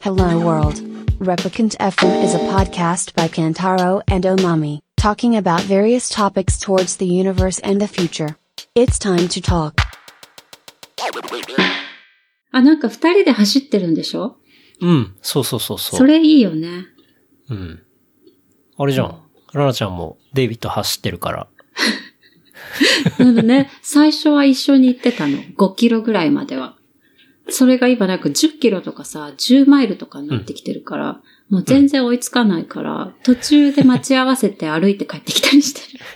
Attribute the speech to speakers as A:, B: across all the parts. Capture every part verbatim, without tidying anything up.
A: Hello World. Replicant エフエム is a podcast by Kantaro and Omami, talking about various topics towards the universe and the future. It's time to talk.
B: あ、なんか二人で走ってるんでしょ？
C: うん、そうそうそうそう。
B: それいいよね。
C: うん。あれじゃん。ラナちゃんもデイビッド走ってるから。
B: なのね、最初は一緒に行ってたの。ごキロぐらいまでは。それが今なんかじゅっキロとかさ、じゅうマイルとかになってきてるから、うん、もう全然追いつかないから、うん、途中で待ち合わせて歩いて帰ってきたりしてる。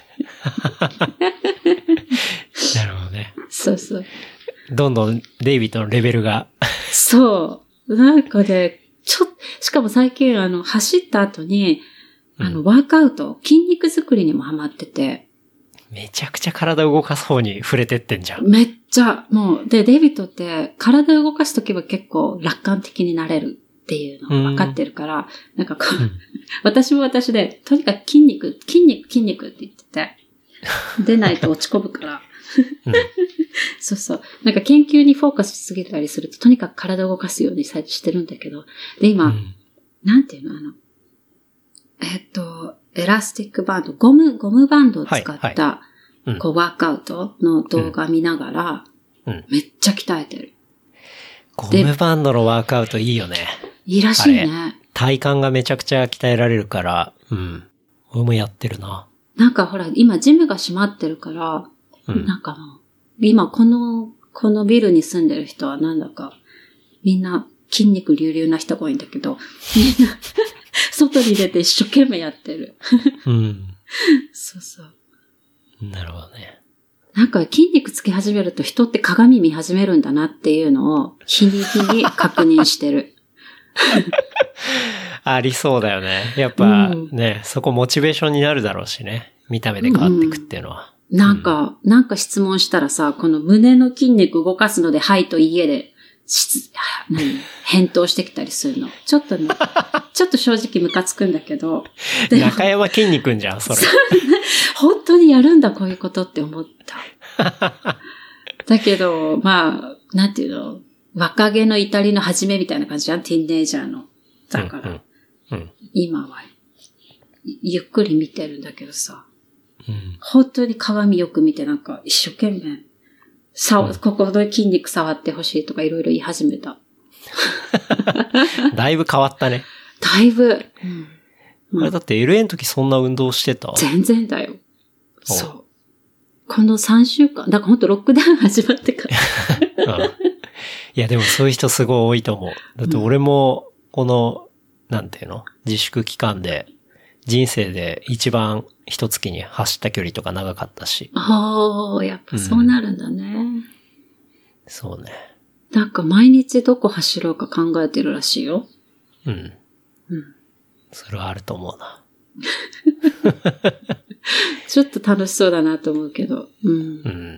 C: なるほどね。そう
B: そう。
C: どんどんデイビッドのレベルが。
B: そう。なんかね、ちょっ、しかも最近あの、走った後に、あの、ワークアウト、筋肉作りにもハマってて。
C: めちゃくちゃ体を動かす方に触れてってんじゃん。
B: めっちゃ、もう、で、デイビッドって体を動かすときは結構楽観的になれるっていうのを分かってるから、んなんかこう、うん、私も私で、とにかく筋肉、筋肉、筋肉って言ってて、出ないと落ち込むから。うん、そうそう。なんか研究にフォーカスしすぎたりすると、とにかく体を動かすようにしてるんだけど、で、今、うん、なんていうの、あの、えっと、エラスティックバンド、ゴム、ゴムバンドを使った、はいはいうん、こう、ワークアウトの動画見ながら、うんうん、めっちゃ鍛えてる。
C: ゴムバンドのワークアウトいいよね。
B: いいらしいね。
C: 体幹がめちゃくちゃ鍛えられるから、うん。俺もやってるな。
B: なんかほら、今ジムが閉まってるから、うん、なんかもう、今この、このビルに住んでる人はなんだか、みんな筋肉隆々な人が多いんだけど、みんな、外に出て一生懸命やってる。うん。そうそう。
C: なるほどね。
B: なんか筋肉つき始めると人って鏡見始めるんだなっていうのを日に日に確認してる。
C: ありそうだよね。やっぱね、うん、そこモチベーションになるだろうしね。見た目で変わっていくっていうのは。
B: うん、なんか、うん、なんか質問したらさ、この胸の筋肉動かすのではいと家で、何返答してきたりするの。ちょっとね、ちょっと正直ムカつくんだけど。
C: 中山筋肉んじゃん、それ。
B: 本当にやるんだ、こういうことって思った。だけど、まあ、なんていうの、若気の至りの始めみたいな感じじゃん、ティーンネイジャーの。だから、うんうん、今は、ゆっくり見てるんだけどさ、うん、本当に鏡よく見てなんか一生懸命、さ、うん、ここの筋肉触ってほしいとかいろいろ言い始めた。
C: だいぶ変わったね。
B: だいぶ。
C: うん、あれだって エルエー の時そんな運動してた？
B: 全然だよ。そう。このさんしゅうかん、だからほんとロックダウン始まってから。うん、い
C: やでもそういう人すごい多いと思う。だって俺もこの、なんていうの？自粛期間で人生で一番一月に走った距離とか長かったし。
B: ああ、やっぱそうなるんだね、うん。
C: そうね。
B: なんか毎日どこ走ろうか考えてるらしいよ。
C: うん。うん。それはあると思うな。
B: ちょっと楽しそうだなと思うけど。うん。うん。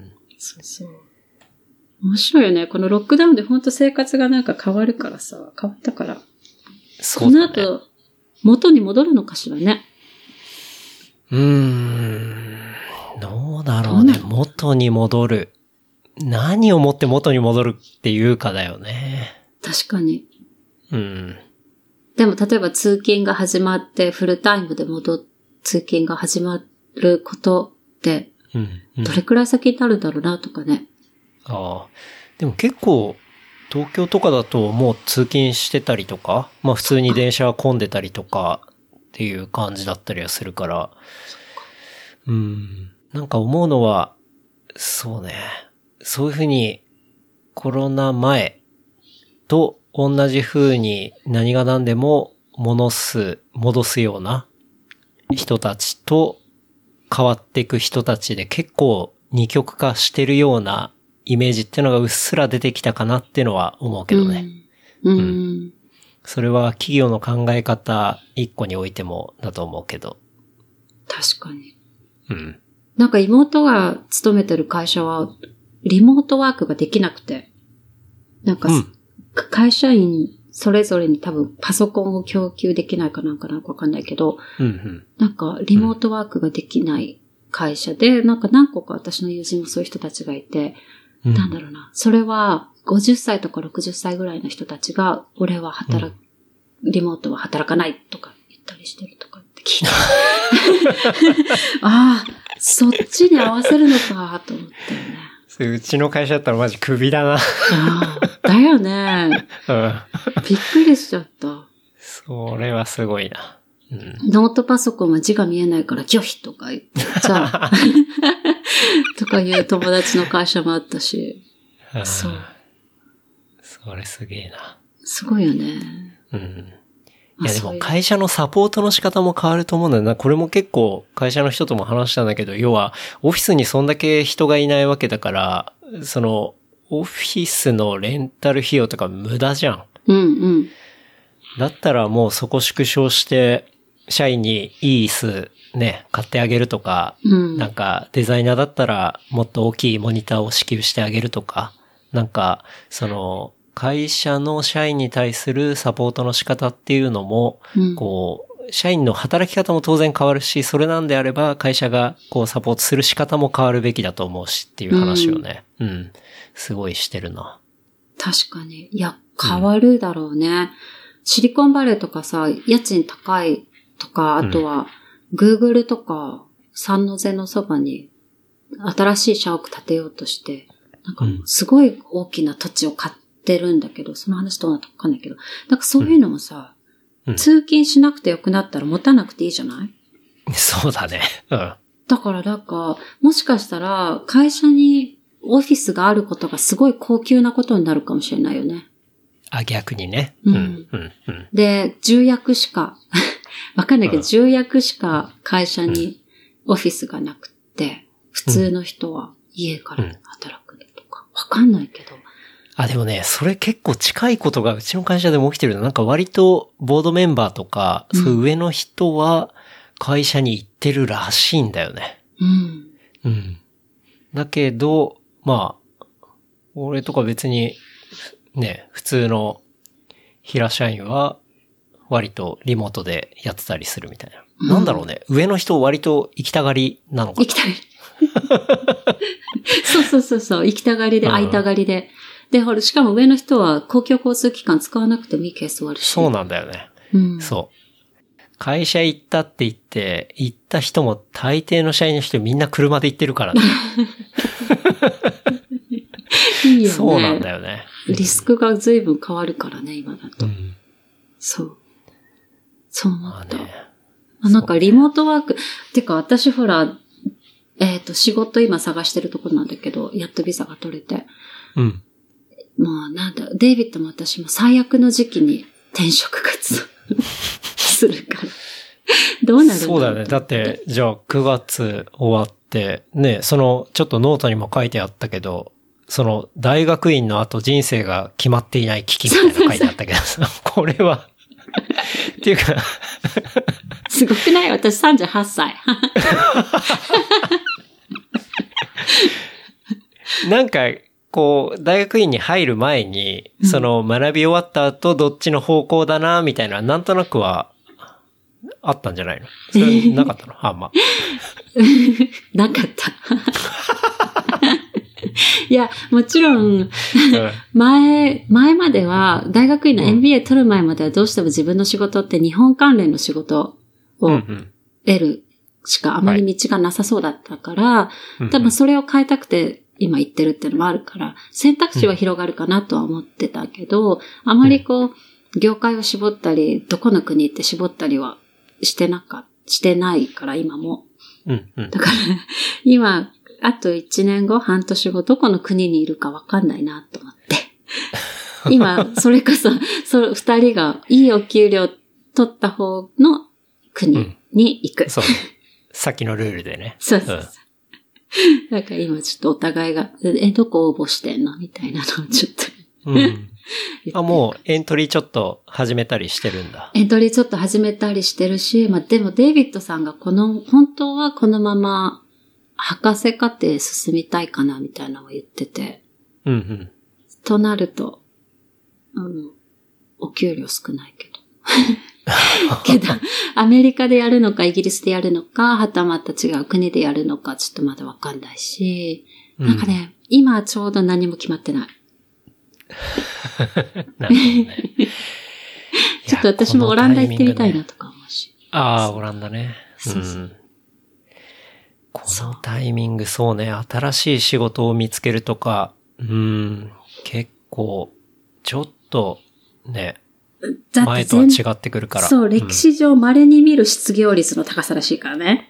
B: そうそう。面白いよね。このロックダウンで本当生活がなんか変わるからさ、変わったから。そうだね。この後、元に戻るのかしらね。
C: うーん。どうだろうね。元に戻る。何をもって元に戻るっていうかだよね。
B: 確かに。
C: うん。
B: でも例えば通勤が始まってフルタイムで戻っ、通勤が始まることって、うんうん、どれくらい先になるんだろうなとかね。
C: ああ。でも結構、東京とかだともう通勤してたりとか、まあ普通に電車が混んでたりとかっていう感じだったりはするから、うん。なんか思うのは、そうね。そういうふうにコロナ前と同じふうに何が何でも戻す、戻すような人たちと変わっていく人たちで結構二極化してるようなイメージっていうのがうっすら出てきたかなっていうのは思うけどね。うん。うん、それは企業の考え方一個においてもだと思うけど。
B: 確かに。
C: うん。
B: なんか妹が勤めてる会社はリモートワークができなくて、なんか、うん、会社員それぞれに多分パソコンを供給できないかなんかなんかわかんないけど、うんうん、なんかリモートワークができない会社で、うん、なんか何個か私の友人もそういう人たちがいて、うん、なんだろうな、それはごじゅっさいとかろくじゅっさいぐらいの人たちが、俺は働リモートは働かないとか言ったりしてるとかって聞いて。ああ、そっちに合わせるのかと思ったよね。
C: うちの会社だったらマジクビだな。
B: ああ、だよね。
C: うん。
B: びっくりしちゃった。
C: それはすごいな。うん、
B: ノートパソコンは字が見えないから拒否とか言ってさ、とかいう友達の会社もあったし。そう。
C: それすげえな。
B: すごいよね。
C: うん。いやでも会社のサポートの仕方も変わると思うんだよな。これも結構会社の人とも話したんだけど、要はオフィスにそんだけ人がいないわけだから、そのオフィスのレンタル費用とか無駄じゃん。
B: うんうん。
C: だったらもうそこ縮小して、社員にいい椅子ね、買ってあげるとか、
B: うん、
C: なんかデザイナーだったらもっと大きいモニターを支給してあげるとか、なんかその会社の社員に対するサポートの仕方っていうのも、うん、こう、社員の働き方も当然変わるし、それなんであれば会社がこうサポートする仕方も変わるべきだと思うしっていう話をね、うん、うん、すごいしてるな。
B: 確かに。いや、変わるだろうね。うん、シリコンバレーとかさ、家賃高いとか、あとは、Google とか、三ノ瀬のそばに、新しい社屋建てようとして、なんか、すごい大きな土地を買ってるんだけど、その話どうなったかわかんないけど、なんかそういうのもさ、うん、通勤しなくてよくなったら持たなくていいじゃない？
C: そうだね。うん。
B: だからなんか、もしかしたら、会社にオフィスがあることがすごい高級なことになるかもしれないよね。
C: あ、逆にね。
B: うん。うん、うん。で、重役しか、わかんないけど、うん、重役しか会社にオフィスがなくって、普通の人は家から働くとか、わかんないけど。
C: あ、でもね、それ結構近いことがうちの会社でも起きてるの。なんか割とボードメンバーとか、うん、そういう上の人は会社に行ってるらしいんだよね。
B: うん。
C: うん。だけど、まあ、俺とか別に、ね、普通の平社員は割とリモートでやってたりするみたいな。うん、なんだろうね。上の人割と行きたがりなのかな。
B: 行きたがり。そうそうそうそう。行きたがりで、会いたがりで。で、ほら、しかも上の人は公共交通機関使わなくてもいいケースはあるし。
C: そうなんだよね。
B: うん、
C: そう。会社行ったって言って、行った人も大抵の社員の人みんな車で行ってるからね。
B: いいよね。
C: そうなんだよね。
B: リスクが随分変わるからね、今だと。
C: うん、
B: そう。そう思った。あ、ね、あなんかリモートワーク、てか私ほら、えっと、仕事今探してるところなんだけど、やっとビザが取れて。
C: うん。
B: もうなんだ、デイビッドも私も最悪の時期に転職活動するから。どうなるんだろう。
C: そうだね。だって、じゃあくがつ終わって、ね、その、ちょっとノートにも書いてあったけど、その、大学院の後人生が決まっていない危機みたいなの書いてあったけどさ、これは、っていうか、
B: すごくない？私さんじゅうはっさい。
C: なんか、こう、大学院に入る前に、その学び終わった後どっちの方向だな、みたいな、なんとなくは、あったんじゃないの？それなかったの？あんま。
B: なかった。いや、もちろん、前、前までは、大学院の エムビーエー 取る前まではどうしても自分の仕事って日本関連の仕事を得るしかあまり道がなさそうだったから、多分それを変えたくて今言ってるっていうのもあるから、選択肢は広がるかなとは思ってたけど、あまりこう、業界を絞ったり、どこの国って絞ったりはしてなか、してないから今も。
C: うんうん、
B: だから、今、あといちねんご、半年後、どこの国にいるかわかんないなと思って。今、それこそ、そ二人がいいお給料取った方の国に行く。
C: うん、そう。さっきのルールでね。
B: そうそうそう。うん、だから今ちょっとお互いが、え、どこ応募してんのみたいなのをちょっと。
C: うん。あ、もうエントリーちょっと始めたりしてるんだ。
B: エントリーちょっと始めたりしてるし、まあでもデイビッドさんがこの、本当はこのまま、博士課程進みたいかなみたいなのを言ってて。
C: うんうん。
B: となると、あの、お給料少ないけど。けど、アメリカでやるのか、イギリスでやるのか、はたまた違う国でやるのか、ちょっとまだわかんないし、うん、なんかね、今ちょうど何も決まってない。
C: なるほどね。い
B: ちょっと私もオランダ行ってみたいなとか思うし。
C: ああ、オランダね。
B: そうそう。
C: うん。このタイミング、そうね、新しい仕事を見つけるとか、うん、結構、ちょっと、ね、前とは違ってくるから。
B: そう、歴史上稀に見る失業率の高さらしいからね。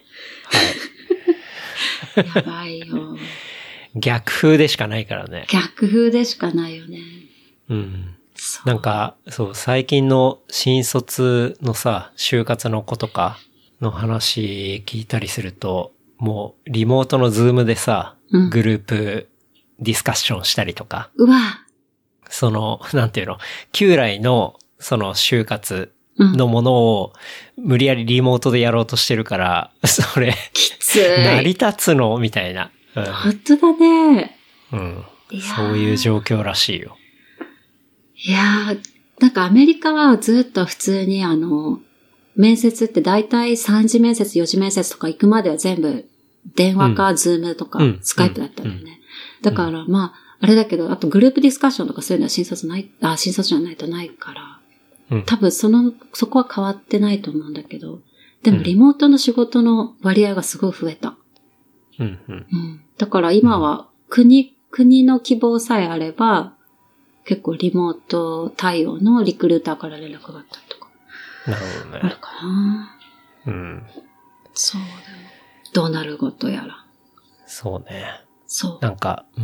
B: はい。やばいよ。
C: 逆風でしかないからね。
B: 逆風でしかないよね。
C: うん。なんか、そう、最近の新卒のさ、就活の子とかの話聞いたりすると、もうリモートのズームでさ、うん、グループディスカッションしたりとか。
B: うわ。
C: その、なんていうの、旧来のその就活のものを無理やりリモートでやろうとしてるから、うん、それ、
B: きつい。
C: 成り立つのみたいな。
B: うん、本当だね。
C: うん。そういう状況らしいよ。
B: いやー、なんかアメリカはずっと普通にあの、面接ってだいたいさんじ面接、よじ面接とか行くまでは全部電話か、うん、ズームとか、うん、スカイプだったんだよね。うん、だから、まあ、あれだけど、あとグループディスカッションとかそういうのは新卒ない、あ、新卒じゃないとないから、うん、多分その、そこは変わってないと思うんだけど、でもリモートの仕事の割合がすごい増えた。
C: うんうんうん、
B: だから今は国、国の希望さえあれば、結構リモート対応のリクルーターから連絡があったりとか。
C: なるほどね。
B: あるかな。
C: うん。
B: そうだよ。どうなることやら。
C: そうね。
B: そう。
C: なんか、うん。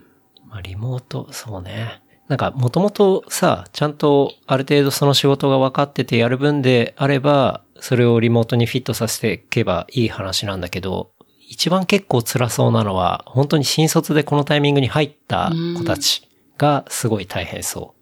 C: まあ、リモート、そうね。なんか、もともとさ、ちゃんとある程度その仕事が分かっててやる分であれば、それをリモートにフィットさせていけばいい話なんだけど、一番結構辛そうなのは、本当に新卒でこのタイミングに入った子たちがすごい大変そう。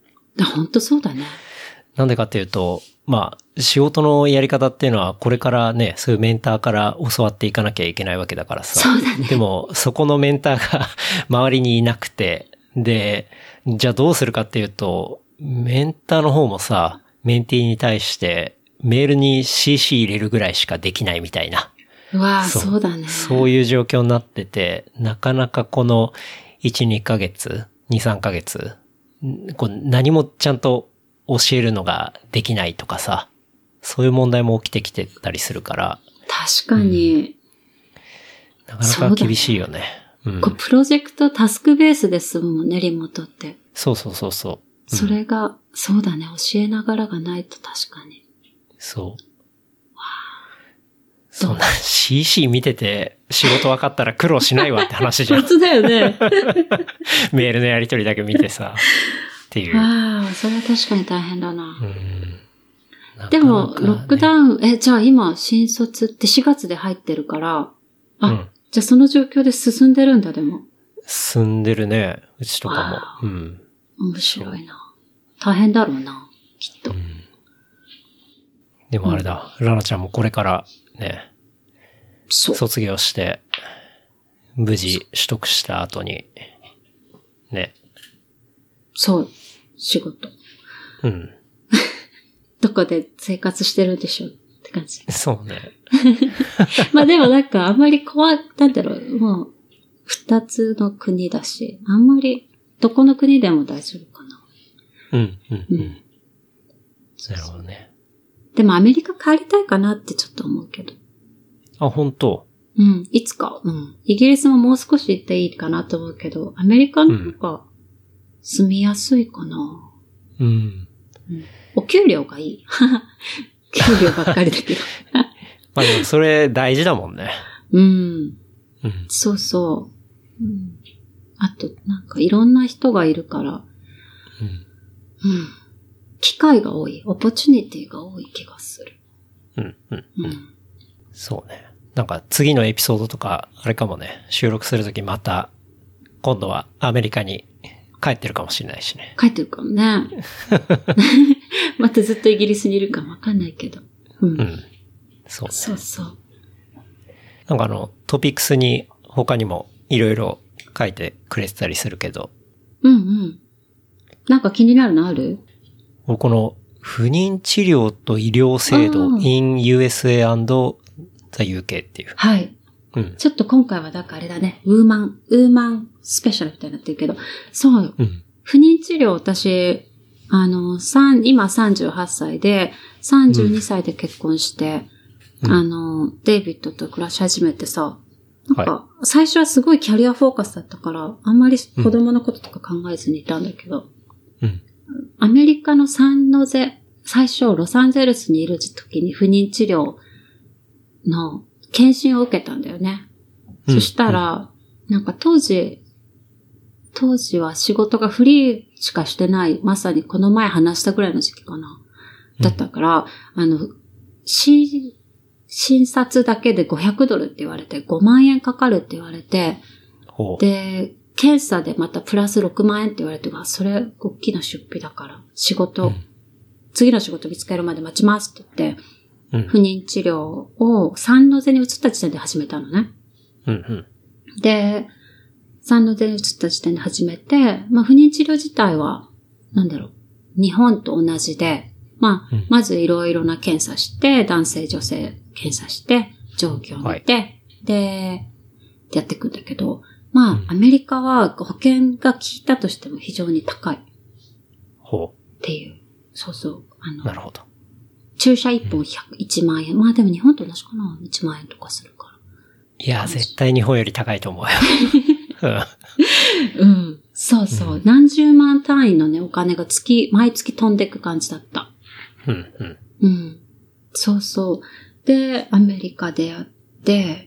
B: うん、本当そうだね。
C: なんでかっていうと、まあ、仕事のやり方っていうのは、これからね、そういうメンターから教わっていかなきゃいけないわけだからさ。
B: そうだね。
C: でも、そこのメンターが周りにいなくて、で、じゃあどうするかっていうと、メンターの方もさ、メンティーに対してメールに シーシー 入れるぐらいしかできないみたいな。
B: うわぁ、そう、そうだね。
C: そういう状況になってて、なかなかこのいち、にかげつ、に、さんかげつ、こう何もちゃんと教えるのができないとかさ、そういう問題も起きてきてたりするから。
B: 確かに。
C: うん、なかなか厳しいよね。うん、
B: こうプロジェクトタスクベースですもんね、リモートって。
C: そうそうそうそう。
B: うん、それが、そうだね、教えながらがないと確かに。
C: そう。そんな シーシー 見てて仕事分かったら苦労しないわって話じゃん。
B: 本当だよね。
C: メールのやり取りだけ見てさ。っていう。
B: ああ、それは確かに大変だな。
C: うんなかなかね、
B: でも、ロックダウン、え、じゃあ今、新卒ってしがつで入ってるから、あ、うん、じゃあその状況で進んでるんだ、でも。
C: 進んでるね。うちとかも。うん。
B: 面白いな。大変だろうな、きっと。うん、
C: でもあれだ、うん、ラナちゃんもこれからね、卒業して、無事取得した後に、ね。
B: そう、仕事。
C: うん。
B: どこで生活してるんでしょうって感じ。
C: そうね。
B: まあでもなんかあんまり怖い、なんだろう、もう、二つの国だし、あんまり、どこの国でも大丈夫かな。
C: うん、うん、うん。なるほどね。
B: でもアメリカ帰りたいかなってちょっと思うけど。
C: あ、本当？
B: うん、いつか。うん。イギリスももう少し行っていいかなと思うけど、アメリカの方が住みやすいかな。
C: うん。
B: うん、お給料がいい。給料ばっかりだけど。
C: まあでもそれ大事だもんね。
B: うん。
C: うん、
B: そうそう、うん。あと、なんかいろんな人がいるから、うん。うん。機会が多い。オポチュニティが多い気がする。
C: うん、うん、
B: うん。
C: そうね。なんか次のエピソードとか、あれかもね、収録するときまた、今度はアメリカに帰ってるかもしれないしね。
B: 帰ってるかもね。またずっとイギリスにいるかもわかんないけど。うん。うん、
C: そうね。
B: そうそう。
C: なんかあの、トピックスに他にもいろいろ書いてくれてたりするけど。
B: うんうん。なんか気になるのある？
C: この不妊治療と医療制度 in ユーエスエー and the ユーケー っていう。
B: はい。うん。ちょっと今回はだからあれだね、ウーマン、ウーマンスペシャルみたいになってるけど、そう。うん、不妊治療私、 あの、三今さんじゅうはっさいで、さんじゅうにさいで結婚して、うん、あの、デイビッドと暮らし始めてさ、なんか、最初はすごいキャリアフォーカスだったから、あんまり子供のこととか考えずにいたんだけど、うん、アメリカのサンノゼ、最初ロサンゼルスにいる時に不妊治療の検診を受けたんだよね。うん、そしたら、うん、なんか当時、当時は仕事がフリーしかしてない、まさにこの前話したぐらいの時期かな。だったから、うん、あの、し、診察だけでごひゃくドルって言われて、ごまんえんかかるって言われて、で、検査でまたプラスろくまんえんって言われて、それ、大きな出費だから、仕事、うん、次の仕事見つけるまで待ちますって言って、うん、不妊治療を三ノ瀬に移った時点で始めたのね。うんうん、で、三ノ瀬に移った時点で始めて、まあ不妊治療自体は、なんだろう、日本と同じで、まあ、うん、まずいろいろな検査して、男性女性検査して、状況を見て、はい、で、やっていくんだけど、まあ、うん、アメリカは保険が効いたとしても非常に高い。
C: ほう。
B: っていう。そうそう。あの、
C: なるほど。
B: 注射いっぽんいちまんえん。うん、まあでも日本と同じかな。いちまんえんとかするから。
C: いや、絶対日本より高いと思うよ。
B: うん。そうそう、うん。何十万単位のね、お金が月、毎月飛んでいく感じだった。
C: うん、うん。
B: うん。そうそう。で、アメリカでやって、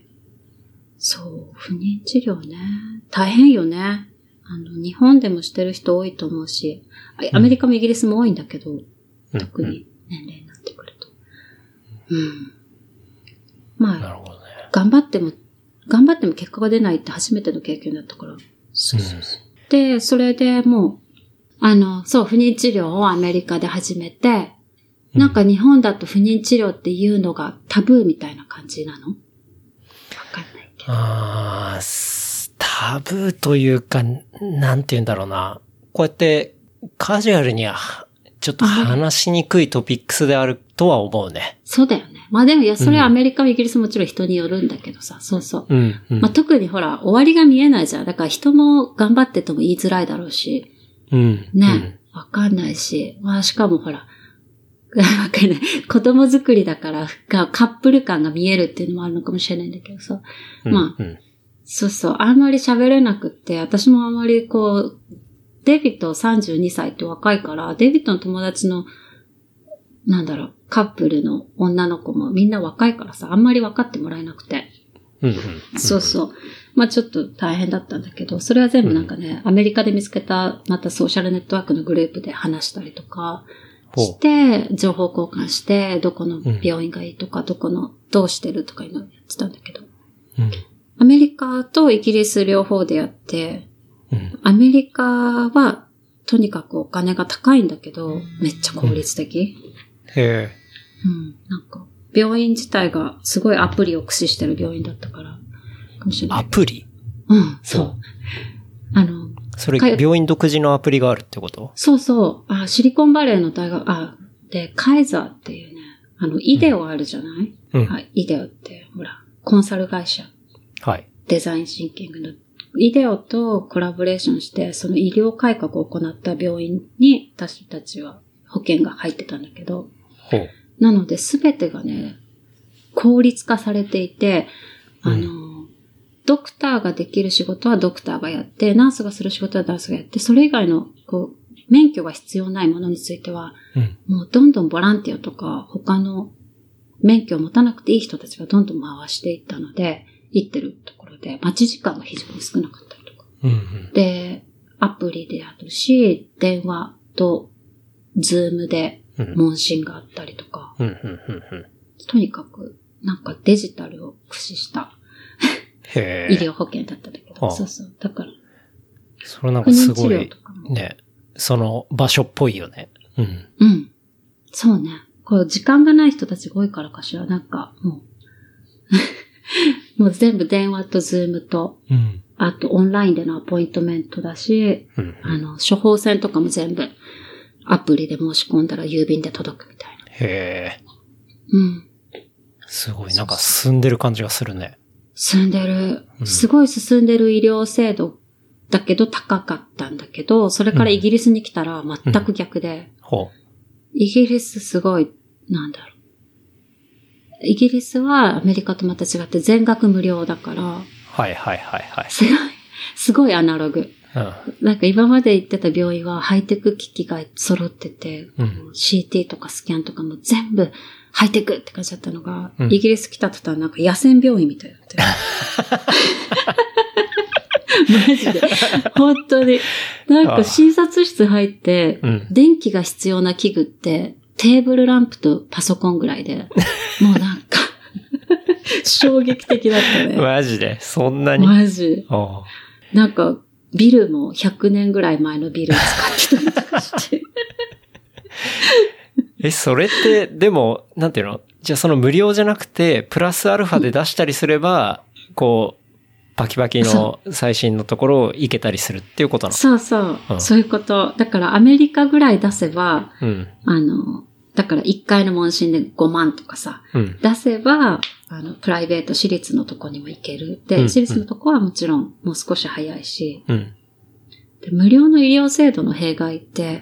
B: そう、不妊治療ね。大変よね。あの、日本でもしてる人多いと思うし、アメリカもイギリスも多いんだけど、うん、特に年齢になってくると。うん。まあ、
C: なるほどね、
B: 頑張っても、頑張っても結果が出ないって初めての経験だったから。そうそうそう。うん、で、それでもう、あの、そう、不妊治療をアメリカで始めて、なんか日本だと不妊治療っていうのがタブーみたいな感じなの？わかんないけど。
C: あー、タブーというか、なんて言うんだろうな。こうやってカジュアルにはちょっと話しにくいトピックスであるとは思うね。
B: そうだよね。まあでもいや、それはアメリカもイギリスももちろん人によるんだけどさ、そうそう。
C: うんうん、
B: まあ特にほら、終わりが見えないじゃん。だから人も頑張ってても言いづらいだろうし。
C: うん。
B: ね。わ、うん、かんないし。まあしかもほら、わかんない。子供作りだから、カップル感が見えるっていうのもあるのかもしれないんだけどさ。まあ、うんうん、そうそう、あんまり喋れなくって、私もあんまりこう、デイビッドさんじゅうにさいって若いから、デイビッドの友達の、なんだろう、カップルの女の子もみんな若いからさ、あんまり分かってもらえなくて。
C: うんうん、
B: そうそう。まあちょっと大変だったんだけど、それは全部なんかね、うん、アメリカで見つけた、またソーシャルネットワークのグループで話したりとか、して、情報交換して、どこの病院がいいとか、うん、どこの、どうしてるとかいうのをやってたんだけど。うん、アメリカとイギリス両方でやって、うん、アメリカは、とにかくお金が高いんだけど、めっちゃ効率的。
C: うん、へえ。
B: うん。なんか、病院自体がすごいアプリを駆使してる病院だったから、かもしれない。
C: アプリ？
B: うん、そう。あの、
C: それ、病院独自のアプリがあるってこと？
B: そうそう。あ、シリコンバレーの大学、あ、で、カイザーっていうね、あの、イデオあるじゃない？うん。はい、イデオって、ほら、コンサル会社。
C: はい。
B: デザインシンキングの。イデオとコラボレーションして、その医療改革を行った病院に、私たちは保険が入ってたんだけど。
C: ほう。
B: なので、すべてがね、効率化されていて、あの、うん、ドクターができる仕事はドクターがやって、ナースがする仕事はナースがやって、それ以外の、こう、免許が必要ないものについては、うん、もうどんどんボランティアとか、他の免許を持たなくていい人たちがどんどん回していったので、行ってるところで、待ち時間が非常に少なかったりとか。
C: うんうん、
B: で、アプリであるし、電話と、ズームで問診があったりとか、
C: うんうんうんうん、と
B: にかく、なんかデジタルを駆使した
C: へ
B: 医療保険だったんだけど、そうそう。だから。
C: それなんかすごい、ね、その場所っぽいよね。うん。
B: うん。そうね。こう、時間がない人たちが多いからかしら、なんか、もう、もう全部電話とズームと、うん、あとオンラインでのアポイントメントだし、うん、あの、処方箋とかも全部、アプリで申し込んだら郵便で届くみたいな。
C: へー。
B: うん。
C: すごい、なんか進んでる感じがするね。
B: 進んでる。すごい進んでる医療制度だけど高かったんだけど、それからイギリスに来たら全く逆で、
C: うん、ほう。
B: イギリスすごい、なんだろう。イギリスはアメリカとまた違って全額無料だから、
C: はいはいはいはい。
B: すごい、すごいアナログ。うん、なんか今まで行ってた病院はハイテク機器が揃ってて、うん、シーティー とかスキャンとかも全部ハイテクって感じだったのが、うん、イギリス来た途端なんか野戦病院みたいだったよ。マジで。本当に。なんか診察室入って、うん、電気が必要な器具ってテーブルランプとパソコンぐらいで、もうなんか、衝撃的だったね。
C: マジでそんなに
B: マジ。なんか、ビルもひゃくねんぐらい前のビルを使ってたりとかして。
C: え、それって、でも、なんていうの？じゃあその無料じゃなくて、プラスアルファで出したりすれば、うん、こう、パキパキの最新のところをいけたりするっていうことなの？
B: そうそう、うん。そういうこと。だからアメリカぐらい出せば、うん、あの、だからいっかいの問診でごまんとかさ、うん、出せば、あの、プライベート、私立のとこにも行ける。で、うん、私立のとこはもちろんもう少し早いし、うん、で無料の医療制度の弊害って、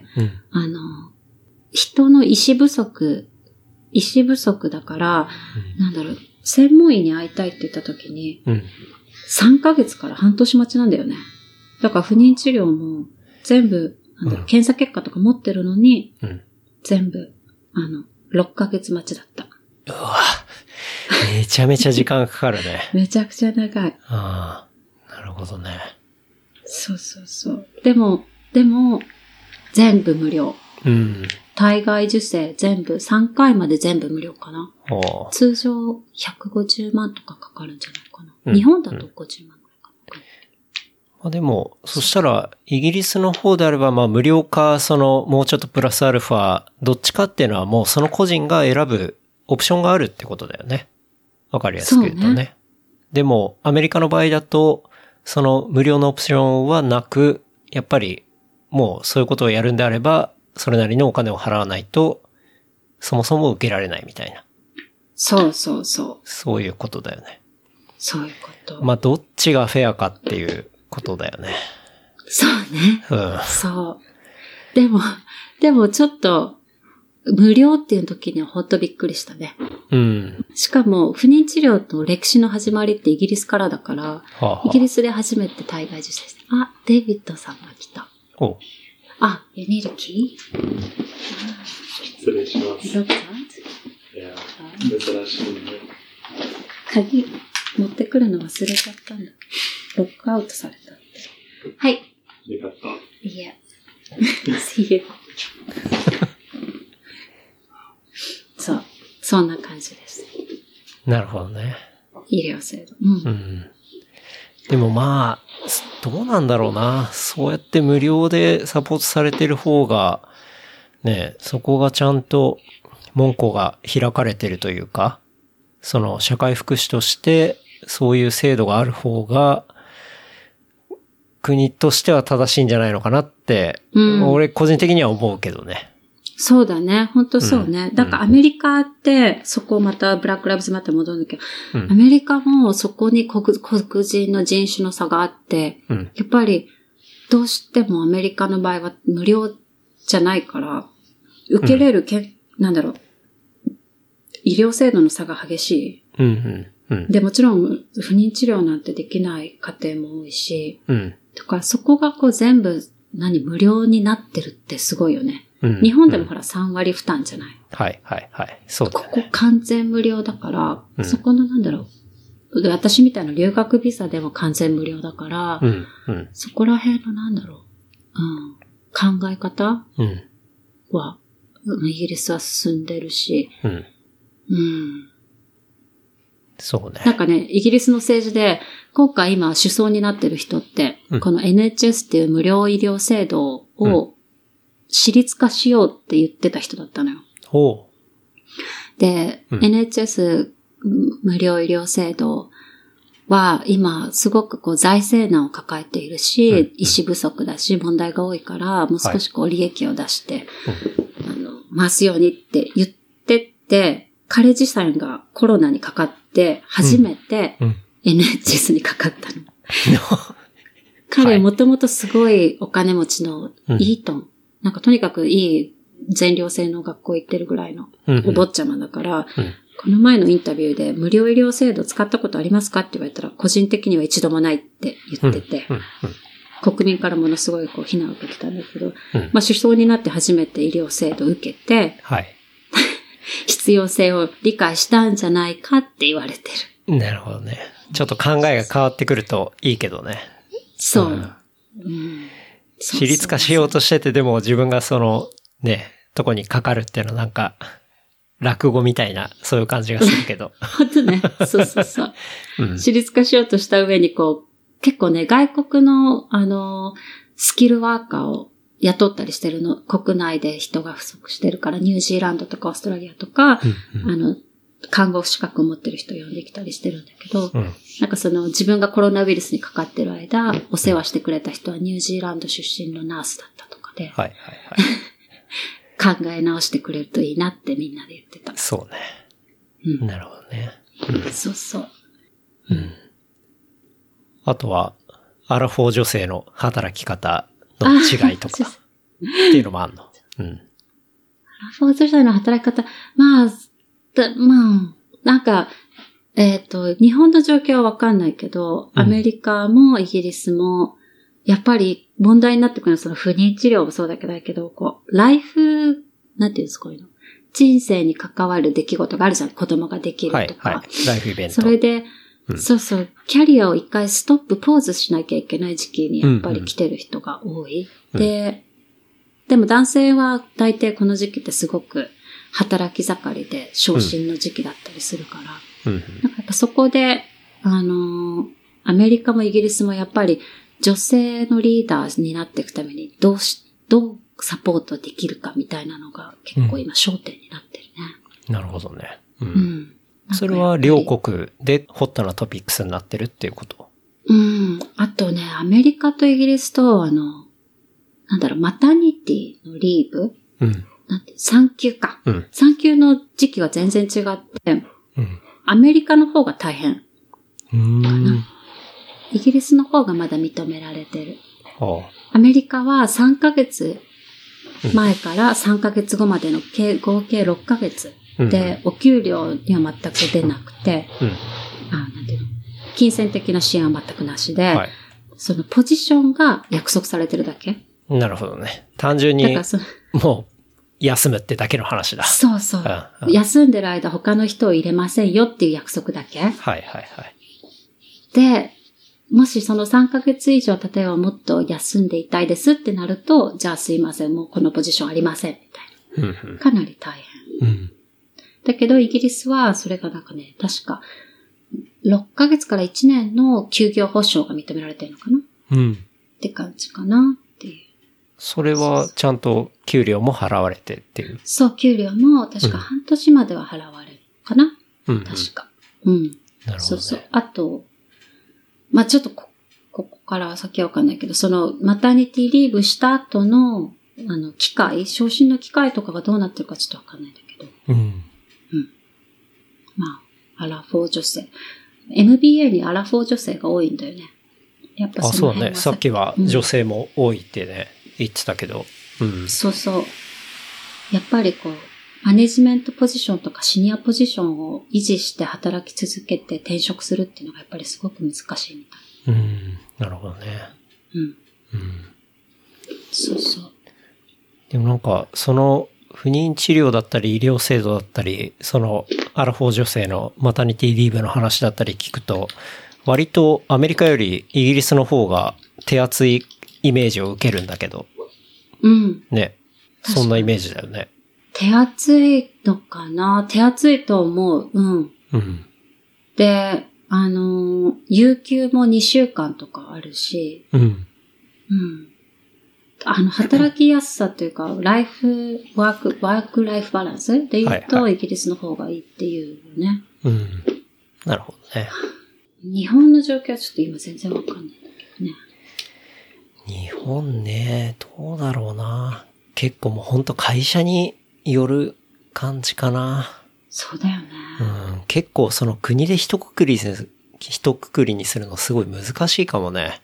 B: うん、あの、人の医師不足、医師不足だから、うん、なんだろう、専門医に会いたいって言った時に、うん、さんかげつから半年待ちなんだよね。だから不妊治療も全部、なんだろう、うん、検査結果とか持ってるのに、うん、全部、あの、ろっかげつ待ちだった。
C: うわめちゃめちゃ時間かかるね。
B: めちゃくちゃ長い。
C: ああ、なるほどね。
B: そうそうそう。でも、でも、全部無料。うん。体外受精全部、さんかいまで全部無料かな。通常ひゃくごじゅうまんとかかかるんじゃないかな。うん、日本だとごじゅうまんくらいかな。
C: まあ、でも、そしたら、イギリスの方であれば、まあ無料か、その、もうちょっとプラスアルファ、どっちかっていうのはもうその個人が選ぶオプションがあるってことだよね。わかりやすく言うとね。ねでも、アメリカの場合だと、その無料のオプションはなく、やっぱり、もうそういうことをやるんであれば、それなりのお金を払わないと、そもそも受けられないみたいな。
B: そうそうそう。
C: そういうことだよね。
B: そういうこと。
C: まあ、どっちがフェアかっていうことだよね。
B: そうね。
C: うん。
B: そう。でも、でもちょっと、無料っていう時にはほんとびっくりしたね。うん。しかも、不妊治療の歴史の始まりってイギリスからだから、はあはあ、イギリスで初めて体外受精して。あ、デイビッドさんが来た。
C: お
B: あ、you need a key?
D: 失礼します。
B: どうぞ。
D: いや、珍しいね。
B: 鍵持ってくるの忘れちゃったんだ。ロックアウトされたって。はい。
D: よかった。
B: いや。See you. そう。そんな感じです。
C: なるほどね。
B: 医療制度。うん。うん、
C: でもまあ、どうなんだろうな。そうやって無料でサポートされてる方が、ね、そこがちゃんと門戸が開かれてるというか、その社会福祉としてそういう制度がある方が、国としては正しいんじゃないのかなって、うん、俺個人的には思うけどね。
B: そうだね。本当そうね。うん、だからアメリカって、そこまたブラックラブズまた戻るんだけど、うん、アメリカもそこに 黒, 黒人の人種の差があって、うん、やっぱりどうしてもアメリカの場合は無料じゃないから、受けれるけ、うん、なんだろう、医療制度の差が激しい。
C: うんうんうん、
B: で、もちろん不妊治療なんてできない家庭も多いし、
C: うん、
B: とかそこがこう全部何無料になってるってすごいよね。うん、日本でもほらさんわり負担じゃない。
C: はいはいはい。そうだね。
B: ここ完全無料だから、うん、そこのなんだろう。で私みたいな留学ビザでも完全無料だから、
C: うんうん、
B: そこら辺のなんだろう、うん、考え方は、うん、イギリスは進んでるし、
C: うん
B: うん、
C: そうね。
B: なんかね、イギリスの政治で、今回今首相になってる人って、うん、この エヌエイチエス っていう無料医療制度を、うん私立化しようって言ってた人だったのよ。
C: ほ
B: う。で、うん、エヌエイチエス 無料医療制度は今すごくこう財政難を抱えているし、うん、医師不足だし問題が多いから、もう少しこう利益を出して、はい、あの、回すようにって言ってって、彼自身がコロナにかかって初めて エヌエイチエス にかかったの。 彼もともとすごいお金持ちのイートン、うん、なんかとにかくいい全寮制の学校行ってるぐらいのお坊ちゃまだから、うんうん、この前のインタビューで無料医療制度使ったことありますかって言われたら個人的には一度もないって言ってて、うんうんうん、国民からものすごいこう非難を受けてたんだけど、うん、まあ首相になって初めて医療制度を受けて、はい、必要性を理解したんじゃないかって言われてる。
C: なるほどね。ちょっと考えが変わってくるといいけどね。
B: そう。うんうん、
C: 私立化しようとしてて、でも自分がそのね、とこにかかるっていうのはなんか、落語みたいな、そういう感じがするけど。
B: 本当ね。そうそうそう。うん、私立化しようとした上にこう、結構ね、外国の、あの、スキルワーカーを雇ったりしてるの、国内で人が不足してるから、ニュージーランドとかオーストラリアとか、うんうん、あの、看護師資格を持ってる人を呼んできたりしてるんだけど、うん、なんかその自分がコロナウイルスにかかってる間、お世話してくれた人はニュージーランド出身のナースだったとかで、はいはいはい、考え直してくれるといいなってみんなで言ってた。
C: そうね。うん、なるほどね、
B: うん。そうそう。
C: うん。あとは、アラフォー女性の働き方の違いとか、っていうのもあるの。うん。アラ
B: フォー女性の働き方、まあ、まあ、なんか、えっと、日本の状況はわかんないけど、アメリカもイギリスも、やっぱり問題になってくるのはその不妊治療もそうだけど、だけどこう、ライフ、なんていうんですか、こういうの。人生に関わる出来事があるじゃん。子供ができるとか。はい、はい。
C: ライフイベント。
B: それで、うん、そうそう、キャリアを一回ストップ、ポーズしなきゃいけない時期にやっぱり来てる人が多い。うんうん、で、でも男性は大抵この時期ってすごく、働き盛りで昇進の時期だったりするから、うんうん、なんかやっぱそこで、あのー、アメリカもイギリスもやっぱり女性のリーダーになっていくためにどうし、どうサポートできるかみたいなのが結構今焦点になってるね。
C: うん、なるほどね。うん。うん、それは両国でホットなトピックスになってるっていうこと？
B: うん。あとね、アメリカとイギリスと、あの、なんだろう、マタニティのリーブ、うん、なんて、産休か。うん、産休の時期が全然違って、うん、アメリカの方が大変かな。イギリスの方がまだ認められてる。アメリカはさんかげつまえからさんかげつごまでの計合計ろっかげつで、お給料には全く出なくて、うん、あ、なんていうの、金銭的な支援は全くなしで、はい、そのポジションが約束されてるだけ。
C: なるほどね。単純に、もう、休むってだけの話だ。
B: そうそう、うんうん。休んでる間他の人を入れませんよっていう約束だけ。はい
C: はいはい。
B: で、もしそのさんかげつ以上、例えばもっと休んでいたいですってなると、じゃあすいません、もうこのポジションありません、みたいな。うんうん、かなり大変、うん。だけどイギリスはそれがなんかね、確かろっかげつからいちねんの休業保障が認められてるのかな、うん、って感じかなっていう。
C: それはちゃんと給料も払われてっていう。
B: そう、給料も確か半年までは払われるかな、うん、確か。うん。なるほど、ね。そうそう。あと、まあ、ちょっとこ、ここから先はわかんないけど、その、マタニティリーブした後の、あの、機会、昇進の機会とかがどうなってるかちょっとわかんないんだけど。うん。うん。まあ、アラフォー女性。エムビーエー にアラフォー女性が多いんだよね。やっぱその辺は。あ、そうね。
C: さっきは女性も多いってね、うん、言ってたけど。
B: うん。そうそう。やっぱりこう、マネジメントポジションとかシニアポジションを維持して働き続けて転職するっていうのがやっぱりすごく難しいみ
C: たい。うん。なるほどね。うん。うん。
B: そうそう。
C: でもなんか、その不妊治療だったり医療制度だったり、そのアラフォー女性のマタニティリーブの話だったり聞くと、割とアメリカよりイギリスの方が手厚いイメージを受けるんだけど。うん。ね。そんなイメージだよね。
B: 手厚いのかな？手厚いと思う。うん。うん。で、あの、有給もにしゅうかんとかあるし、うん。うん。あの、働きやすさというか、ライフ、ワーク、ワークライフバランスで言うと、はいはい、イギリスの方がいいっていうよね。
C: うん。なるほどね。
B: 日本の状況はちょっと今全然わかんないんだけどね。
C: 日本ね、どうだろうな。結構もうほんと会社による感じかな。
B: そうだよね。
C: うん。結構その国で一括りに、一括りにするのすごい難しいかもね。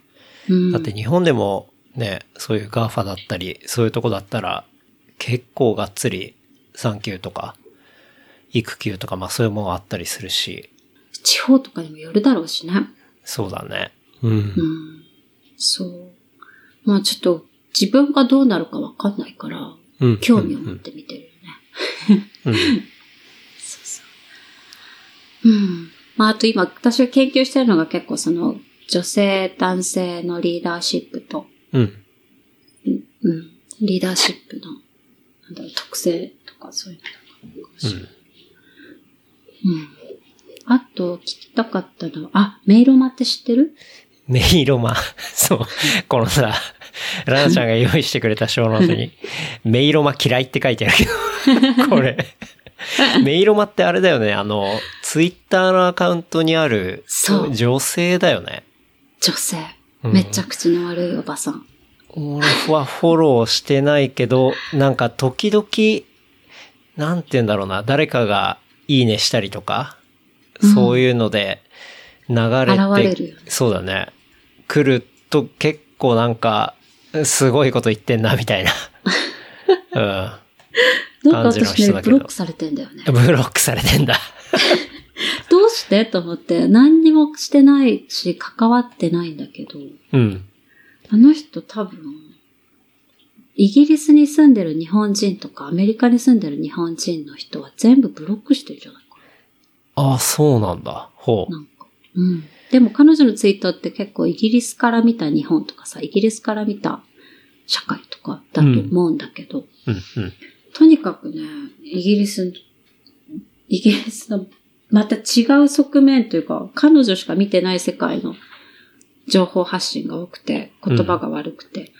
B: うん、
C: だって日本でもね、そういうガーファだったり、そういうとこだったら、結構がっつり産休とか、育休とか、まあそういうものがあったりするし。
B: 地方とかにもよるだろうしね。
C: そうだね。うん。うん、
B: そう。まあちょっと自分がどうなるかわかんないから、うん、興味を持って見てるよね。うん、そうそう。うん。まああと今私が研究してるのが結構その女性男性のリーダーシップと、
C: うん。
B: うん。リーダーシップの、なんだろう、特性とかそういうのとかもしれない。うん。うん。あと、聞きたかったのは、あ、メイロマって知ってる？
C: メイロマ。そう。このさ、ラナちゃんが用意してくれた小ノートに、メイロマ嫌いって書いてあるけど、これ。メイロマってあれだよね、あの、ツイッターのアカウントにある、
B: そう。
C: 女性だよね。
B: 女性。めっちゃ口の悪いおばさん。
C: 俺はフォローしてないけど、なんか時々、なんて言うんだろうな、誰かがいいねしたりとか、うん、そういうので流れて、
B: 現れるよね、
C: そうだね。来ると結構なんか、すごいこと言ってんな、みたいな。うん。
B: なんか私ね、ブロックされてんだよね。
C: ブロックされてんだ。
B: どうしてと思って、何にもしてないし、関わってないんだけど。
C: うん。
B: あの人多分、イギリスに住んでる日本人とかアメリカに住んでる日本人の人は全部ブロックしてるじゃないかな。
C: ああ、そうなんだ。ほう。
B: なんか。うん。でも彼女のツイートって結構イギリスから見た日本とかさ、イギリスから見た社会とかだと思うんだけど、
C: うん、うんうん、
B: とにかくね、イギリス、イギリスのまた違う側面というか、彼女しか見てない世界の情報発信が多くて、言葉が悪くて。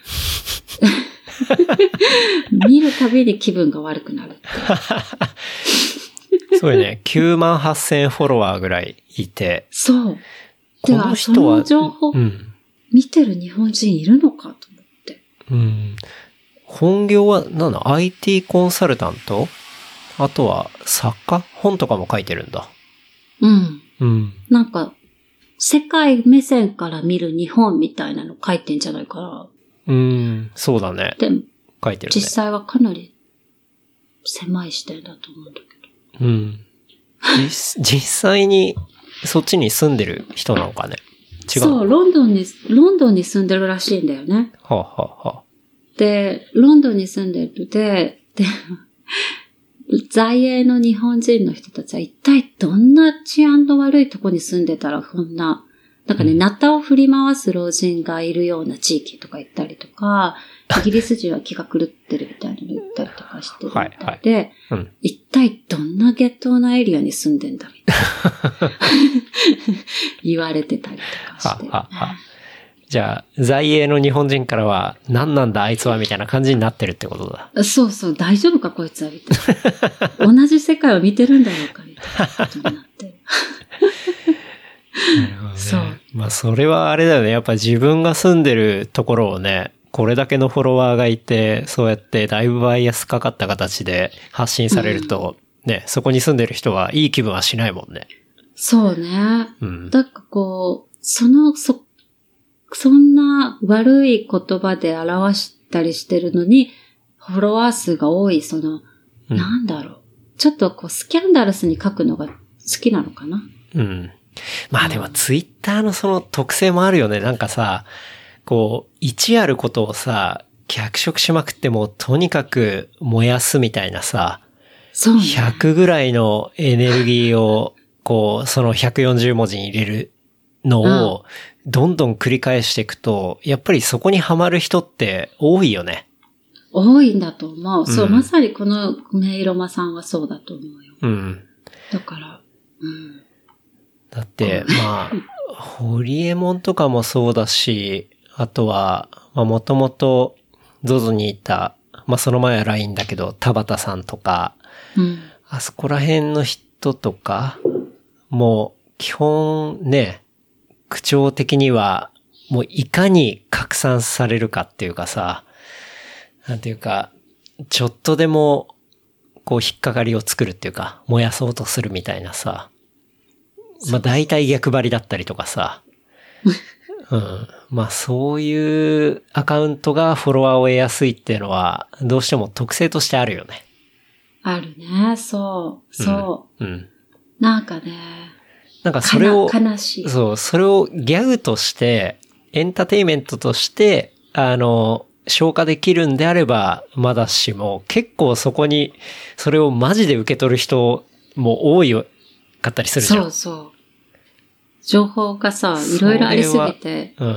B: うん、見るたびに気分が悪くなるって。
C: そうね。きゅうまんはっせんフォロワーぐらいいて。
B: そう。
C: この人は、
B: その情報、うん、見てる日本人いるのかと思って。
C: うん。本業は何だ アイティー コンサルタント？あとは作家？本とかも書いてるんだ。
B: うん。
C: うん。
B: なんか、世界目線から見る日本みたいなの書いてんじゃないかな。
C: うん、そうだね。
B: でも、
C: 書いてるね。
B: 実際はかなり狭い視点だと思うんだけ
C: ど。うん。実、実際にそっちに住んでる人なのかね。違う。
B: そう、ロンドンに、ロンドンに住んでるらしいんだよね。
C: はあ、はあはあ、
B: で、ロンドンに住んでるで、で、在英の日本人の人たちは一体どんな治安の悪いとこに住んでたらこんな、なんかね、ナタを振り回す老人がいるような地域とか行ったりとか、イギリス人は気が狂ってるみたいなの言ったりとかしてるみたいで、はいはいうん、一体どんなゲットーなエリアに住んでんだみたいな言われてたりとかして、ねはは。
C: じゃあ、在英の日本人からは、何なんだあいつはみたいな感じになってるってことだ。
B: そうそう、大丈夫かこいつはみたいな。同じ世界を見てるんだろうかみたいなことになってる。
C: なるほどね。そう。まあそれはあれだよね。やっぱ自分が住んでるところをね、これだけのフォロワーがいて、そうやってだいぶバイアスかかった形で発信されると、うん、ね、そこに住んでる人はいい気分はしないもんね。
B: そうね。うん。だからこう、その、そ、そんな悪い言葉で表したりしてるのに、フォロワー数が多い、その、うん、なんだろう。ちょっとこう、スキャンダルスに書くのが好きなのかな。
C: うん。まあでもツイッターのその特性もあるよね。なんかさ、こう、一あることをさ、脚色しまくってもとにかく燃やすみたいなさ、
B: そうね。
C: ひゃくぐらいのエネルギーを、こう、そのひゃくよんじゅうもじに入れるのを、どんどん繰り返していくと、やっぱりそこにハマる人って多いよね。
B: 多いんだと思う。そう、うん、まさにこのメイロマさんはそうだと思うよ。
C: うん。
B: だから、うん。
C: だって、まあ、ホリエモンとかもそうだし、あとは、まあもともと ゾゾ にいた、まあその前は ライン だけど、田畑さんとか、
B: うん、
C: あそこら辺の人とか、もう基本ね、口調的には、もういかに拡散されるかっていうかさ、なんていうか、ちょっとでも、こう引っかかりを作るっていうか、燃やそうとするみたいなさ、まあ大体逆張りだったりとかさ、 うん。まあそういうアカウントがフォロワーを得やすいっていうのは、どうしても特性としてあるよね。
B: あるね。そう。そう。
C: うん。うん、
B: なんかね。
C: なんかそれを、
B: 悲しい。
C: そう、それをギャグとして、エンターテインメントとして、あの、消化できるんであれば、まだしも、結構そこに、それをマジで受け取る人も多いかったりするじゃん。
B: そうそう。情報がさ、いろいろありすぎて。
C: うん。うん。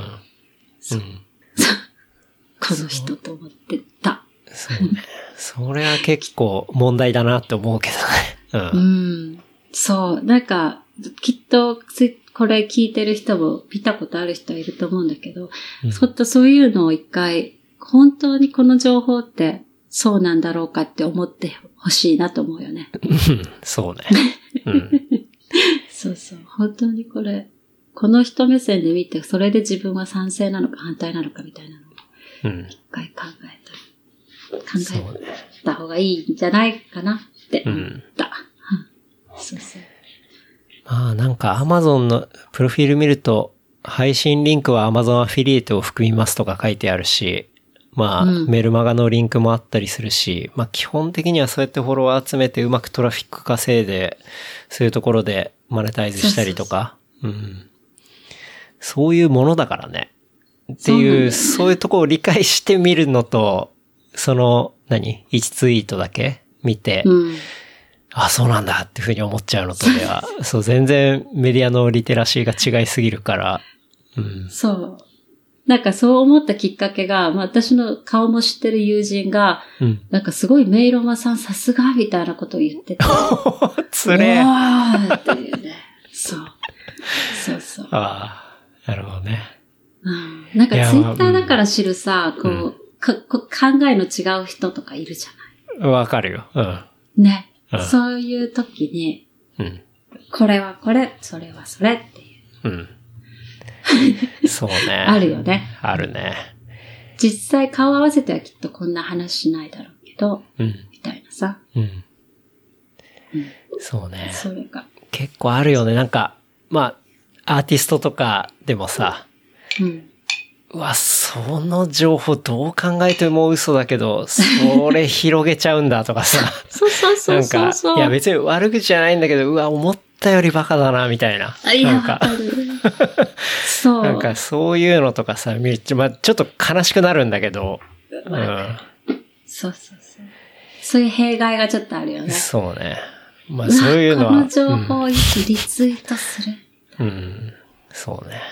B: この人と思ってた。
C: そうね。それは結構問題だなって思うけどね。
B: うん。うん。そう。なんか、きっと、これ聞いてる人も見たことある人いると思うんだけど、うん、ちょっとそういうのを一回、本当にこの情報ってそうなんだろうかって思ってほしいなと思うよね。
C: そうね。うん、
B: そうそう。本当にこれ、この人目線で見て、それで自分は賛成なのか反対なのかみたいなのを、一回考えた、うん、考えた方がいいんじゃないかなって思った。うん、そうそう。
C: まあなんか Amazon のプロフィール見ると、配信リンクは Amazon アフィリエイトを含みますとか書いてあるし、まあ、うん、メルマガのリンクもあったりするし、まあ基本的にはそうやってフォロワー集めてうまくトラフィック稼いで、そういうところでマネタイズしたりとか、そうそうそう、うん、そういうものだからね。っていう、そう、ね、そういうところを理解してみるのと、その、何?いちツイートだけ見て、うん、あ、そうなんだっていうふうに思っちゃうのとでは、そう、全然メディアのリテラシーが違いすぎるから、うん、
B: そう。なんかそう思ったきっかけが、まあ私の顔も知ってる友人が、うん、なんかすごいメイロマさんさすがみたいなことを言ってて。
C: つれえ。
B: わーっていうね。そう。そうそう。
C: ああ、なるほどね。
B: うん、なんかツイッターだから知るさ、こう、うん、かこ考えの違う人とかいるじゃない。
C: わかるよ。うん。
B: ね。うん、そういう時に、うん、これはこれ、それはそれっていう。うん
C: そうね。
B: あるよね。
C: あるね。
B: 実際顔合わせてはきっとこんな話しないだろうけど、うん、みたいなさ、うんうん。
C: そうね。
B: それが。
C: 結構あるよね。なんか、まあ、アーティストとかでもさ、うん、うわ、その情報どう考えても嘘だけど、それ広げちゃうんだとかさ。
B: そうそうそうそう。
C: なんか、いや別に悪口じゃないんだけど、うわ、思ったよりバカだな、みたいな。なんか。
B: そう。
C: なんかそういうのとかさ、見ると、まあ、ちょっと悲しくなるんだけど。
B: うん。そうそうそう。そういう弊害がちょっとあるよね。
C: そうね。まあそういうのは。
B: この情報をリツイートする。
C: うん、うん。そうね。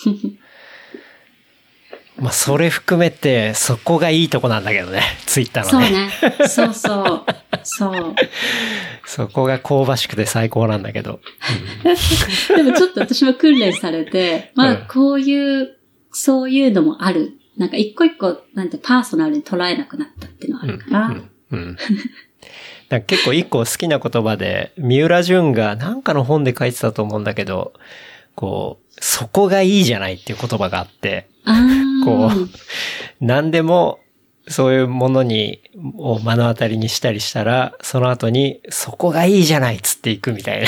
C: まあそれ含めて、そこがいいとこなんだけどね。ツイッターのね。
B: そうね。そうそう。そう。
C: そこが香ばしくて最高なんだけど。
B: うん、でもちょっと私も訓練されて、まあこういう、うん、そういうのもある。なんか一個一個、なんてパーソナルに捉えなくなったっていうのがあるから。うんうんうん、
C: なんか結構一個好きな言葉で、三浦淳がなんかの本で書いてたと思うんだけど、こう、そこがいいじゃないっていう言葉があって、こう、何でもそういうものに、を目の当たりにしたりしたら、その後に、そこがいいじゃないっつっていくみたいな。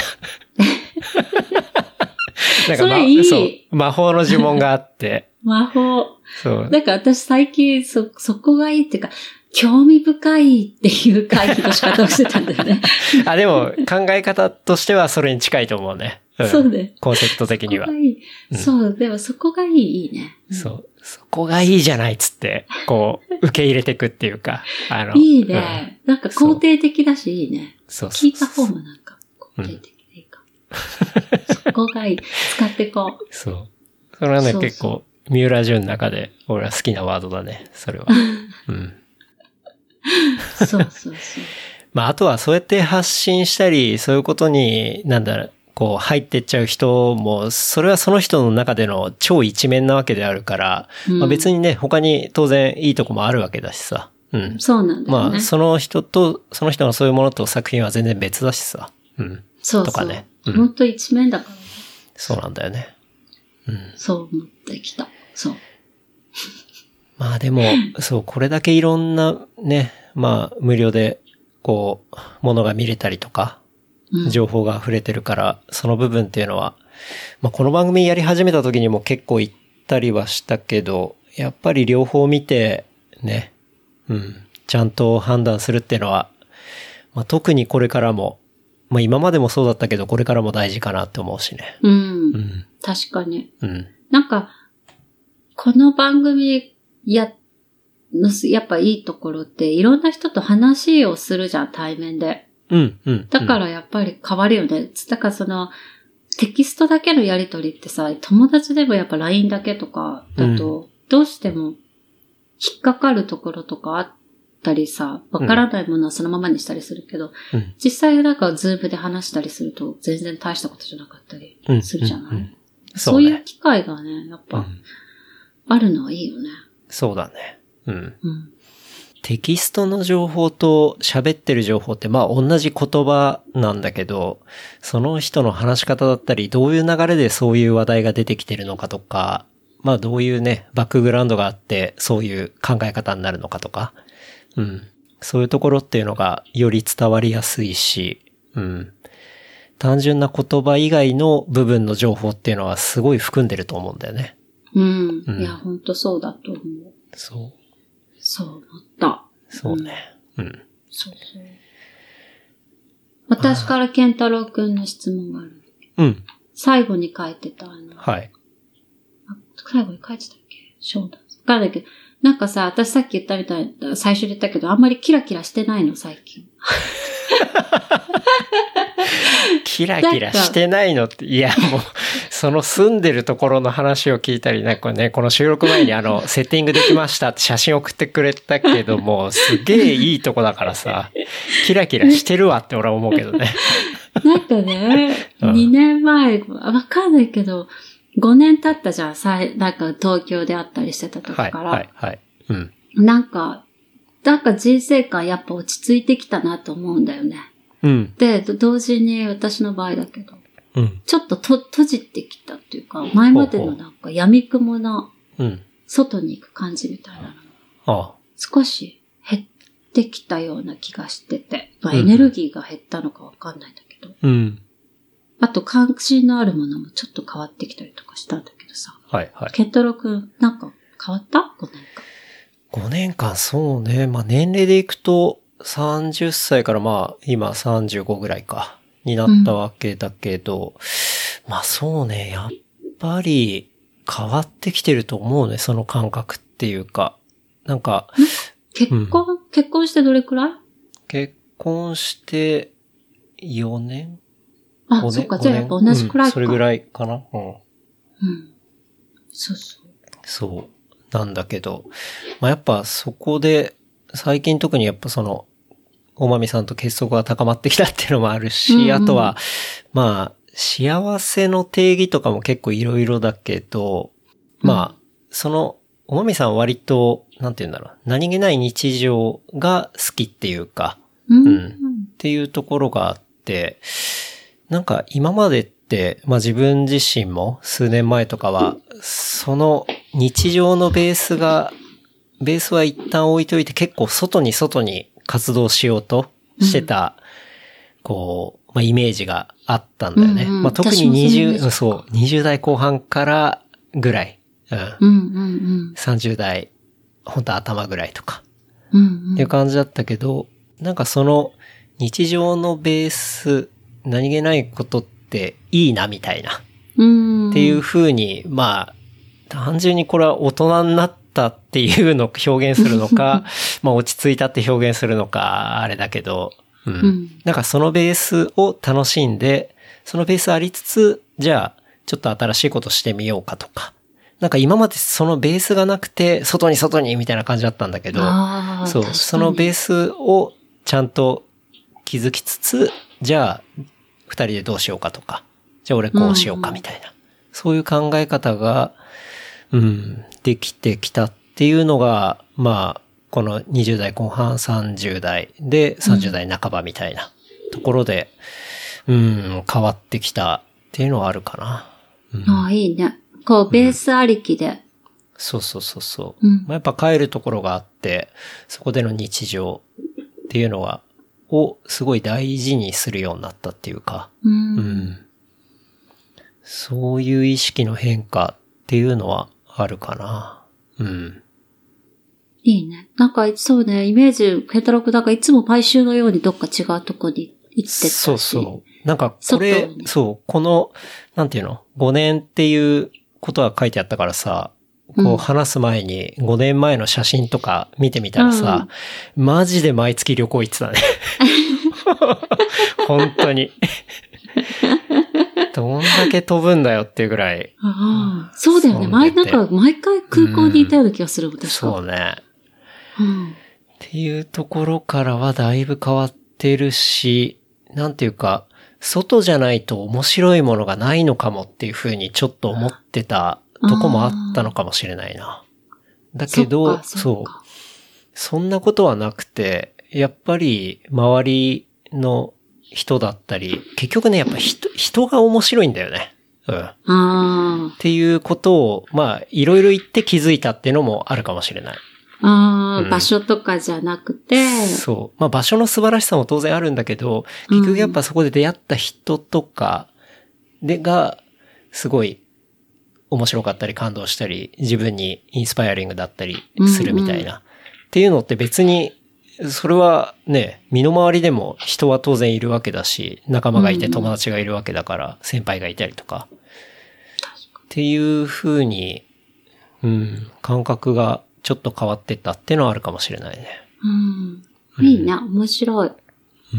C: なんか、ま、
B: それいい。
C: そう、魔法の呪文があって。
B: 魔法。
C: そう。
B: なんか私最近、そ、そこがいいっていうか、興味深いっていう回避の仕方をしてたんだよね。
C: あ、でも考え方としてはそれに近いと思うね。うん、
B: そうね。
C: コンセプト的には。
B: そこがいい。うん、そう、でもそこがいい、いいね。
C: うん、そう。そこがいいじゃないっつって、こう、受け入れていくっていうか。あの
B: いいね、うん。なんか肯定的だしいいね。そうそうそう。聞いた方もなんか肯定的でいいかも。うん、そこがいい。使っていこう。
C: そう。それはね、そうそう結構、三浦淳の中で俺は好きなワードだね、それは。うん。
B: そうそうそう。
C: まあ、あとはそうやって発信したり、そういうことに、なんだろう、こう入ってっちゃう人も、それはその人の中での超一面なわけであるから、うん、まあ、別にね、他に当然いいとこもあるわけだしさ。うん。
B: そうなんだよね。
C: まあ、その人と、その人のそういうものと作品は全然別だしさ。うん。
B: そうそう。
C: とかね。
B: うん、本当一面だからね。
C: そうなんだよね。うん。
B: そう思ってきた。そう。
C: まあでも、そう、これだけいろんなね、まあ無料で、こう、ものが見れたりとか、情報が溢れてるから、うん、その部分っていうのは、まあこの番組やり始めた時にも結構言ったりはしたけど、やっぱり両方見て、ね、うん、ちゃんと判断するっていうのは、まあ、特にこれからも、まあ今までもそうだったけど、これからも大事かなって思うしね。
B: うん。
C: うん、
B: 確かに。
C: うん。
B: なんか、この番組や、のやっぱいいところって、いろんな人と話をするじゃん、対面で。
C: うん、うん。
B: だからやっぱり変わるよね。だからその、テキストだけのやりとりってさ、友達でもやっぱ ライン だけとかだと、どうしても引っかかるところとかあったりさ、わからないものはそのままにしたりするけど、
C: うん、
B: 実際なんかズームで話したりすると全然大したことじゃなかったりするじゃない、うんうんうん、そうね、そういう機会がね、やっぱ、あるのはいいよね。
C: そうだね。うん。うん、
B: テ
C: キストの情報と喋ってる情報ってまあ同じ言葉なんだけど、その人の話し方だったり、どういう流れでそういう話題が出てきてるのかとか、まあどういうね、バックグラウンドがあってそういう考え方になるのかとか、うん。そういうところっていうのがより伝わりやすいし、うん。単純な言葉以外の部分の情報っていうのはすごい含んでると思うんだよね。
B: うん。うん、いや、ほんとそうだと思う。
C: そう。
B: そう思った。
C: そうね。うん。うん、
B: そうそう。私から健太郎くんの質問がある。
C: うん。
B: 最後に書いてたあの。
C: はい。
B: あ、最後に書いてたっけ？そうだ。わかんないけど、なんかさ、私さっき言ったみたいな、最初に言ったけど、あんまりキラキラしてないの、最近。
C: キラキラしてないのって、いやもう、その住んでるところの話を聞いたり、なんかね、この収録前にあの、セッティングできましたって写真送ってくれたけども、すげえいいとこだからさ、キラキラしてるわって俺は思うけどね。
B: なんかね、うん、にねんまえ、わかんないけど、ごねん経ったじゃん、さい、なんか東京であったりしてた時から。
C: はい、はい、はい。うん。
B: なんか、なんか人生観やっぱ落ち着いてきたなと思うんだよね。
C: うん。
B: で、同時に私の場合だけど、
C: うん、
B: ちょっとと閉じてきたっていうか、前までのなんか闇雲な、外に行く感じみたいなの、うん、少し減ってきたような気がしてて、まあ、エネルギーが減ったのかわかんないんだけど、
C: うん、
B: あと関心のあるものもちょっと変わってきたりとかしたんだけどさ、
C: はいはい。
B: ケンタロウくん、なんか変わった ?ご 年間。
C: ごねんかん、そうね。まあ年齢でいくとさんじゅっさいからまあ今さんじゅうごぐらいかになったわけだけど、うん、まあそうね、やっぱり変わってきてると思うね、その感覚っていうか。なんか、
B: 結婚、うん、結婚してどれくらい？
C: 結婚してよねん？
B: あ、そっか、じゃあやっぱ同じくらいか、うん。
C: それぐらいかな。うん。
B: うん。そうそう。
C: そう。なんだけど、まあ、やっぱそこで、最近特にやっぱその、おまみさんと結束が高まってきたっていうのもあるし、うんうん、あとは、まあ、幸せの定義とかも結構いろいろだけど、うん、まあ、その、おまみさんは割と、なんて言うんだろう、何気ない日常が好きっていうか、
B: うん、
C: うん、っていうところがあって、なんか今までって、まあ自分自身も数年前とかは、その日常のベースが、ベースは一旦置いといて結構外に外に活動しようとしてた、うん、こう、まあイメージがあったんだよね。うんうん、まあ特ににじゅう、そう、にじゅう代後半からぐらい、うん。
B: うんうんうん、
C: さんじゅう代、本当頭ぐらいとか、
B: うんうん、
C: っていう感じだったけど、なんかその日常のベース、何気ないことっていいなみたいな。
B: うん
C: っていう風に、まあ、単純にこれは大人になったっていうのを表現するのか、まあ落ち着いたって表現するのか、あれだけど、うん。うん、なんかそのベースを楽しんで、そのベースありつつ、じゃあ、ちょっと新しいことしてみようかとか。なんか今までそのベースがなくて、外に外にみたいな感じだったんだけど、そう、そのベースをちゃんと気づきつつ、じゃあ、二人でどうしようかとか、じゃあ俺こうしようかみたいな、うん、そういう考え方が、うん、できてきたっていうのが、まあ、このにじゅう代後半、さんじゅう代でさんじゅう代半ばみたいなところで、うん、うん、変わってきたっていうのはあるかな。
B: うん、ああ、いいね。こう、ベースありきで。うん、
C: そうそうそうそう。うん、まあ、やっぱ帰るところがあって、そこでの日常っていうのは、をすごい大事にするようになったっていうか、
B: うん
C: うん、そういう意識の変化っていうのはあるかな。うん。
B: いいね。なんか、そうね、イメージ、ケンタロウくんなんかいつも毎週のようにどっか違うとこに行ってたし。
C: そうそう。なんか、これ、ね、そう、この、なんていうの ?ご 年っていうことは書いてあったからさ、こう話す前にごねんまえの写真とか見てみたらさ、うん、マジで毎月旅行行ってたね。本当に。どんだけ飛ぶんだよっていうぐらい。
B: ああ、そうだよね。毎、なんか、毎回空港にいたような気がする、私、うん、
C: そうね、
B: うん。
C: っていうところからはだいぶ変わってるし、なんていうか、外じゃないと面白いものがないのかもっていうふうにちょっと思ってたとこもあったのかもしれないな。だけど、そ, そう。そんなことはなくて、やっぱり周りの人だったり、結局ね、やっぱ人、人が面白いんだよね。うん。
B: あ
C: っていうことを、まあ、いろいろ言って気づいたっていうのもあるかもしれない。
B: ああ、
C: うん、
B: 場所とかじゃなくて。
C: そう。まあ場所の素晴らしさも当然あるんだけど、結局やっぱそこで出会った人とかでが、すごい面白かったり感動したり、自分にインスパイアリングだったりするみたいな。うんうん、っていうのって別に、それはね、身の回りでも人は当然いるわけだし、仲間がいて友達がいるわけだから、先輩がいたりとか。っていう風に、うん、感覚がちょっと変わってったっていうのはあるかもしれないね。
B: うん。いいね。面白い。うん。
C: うん。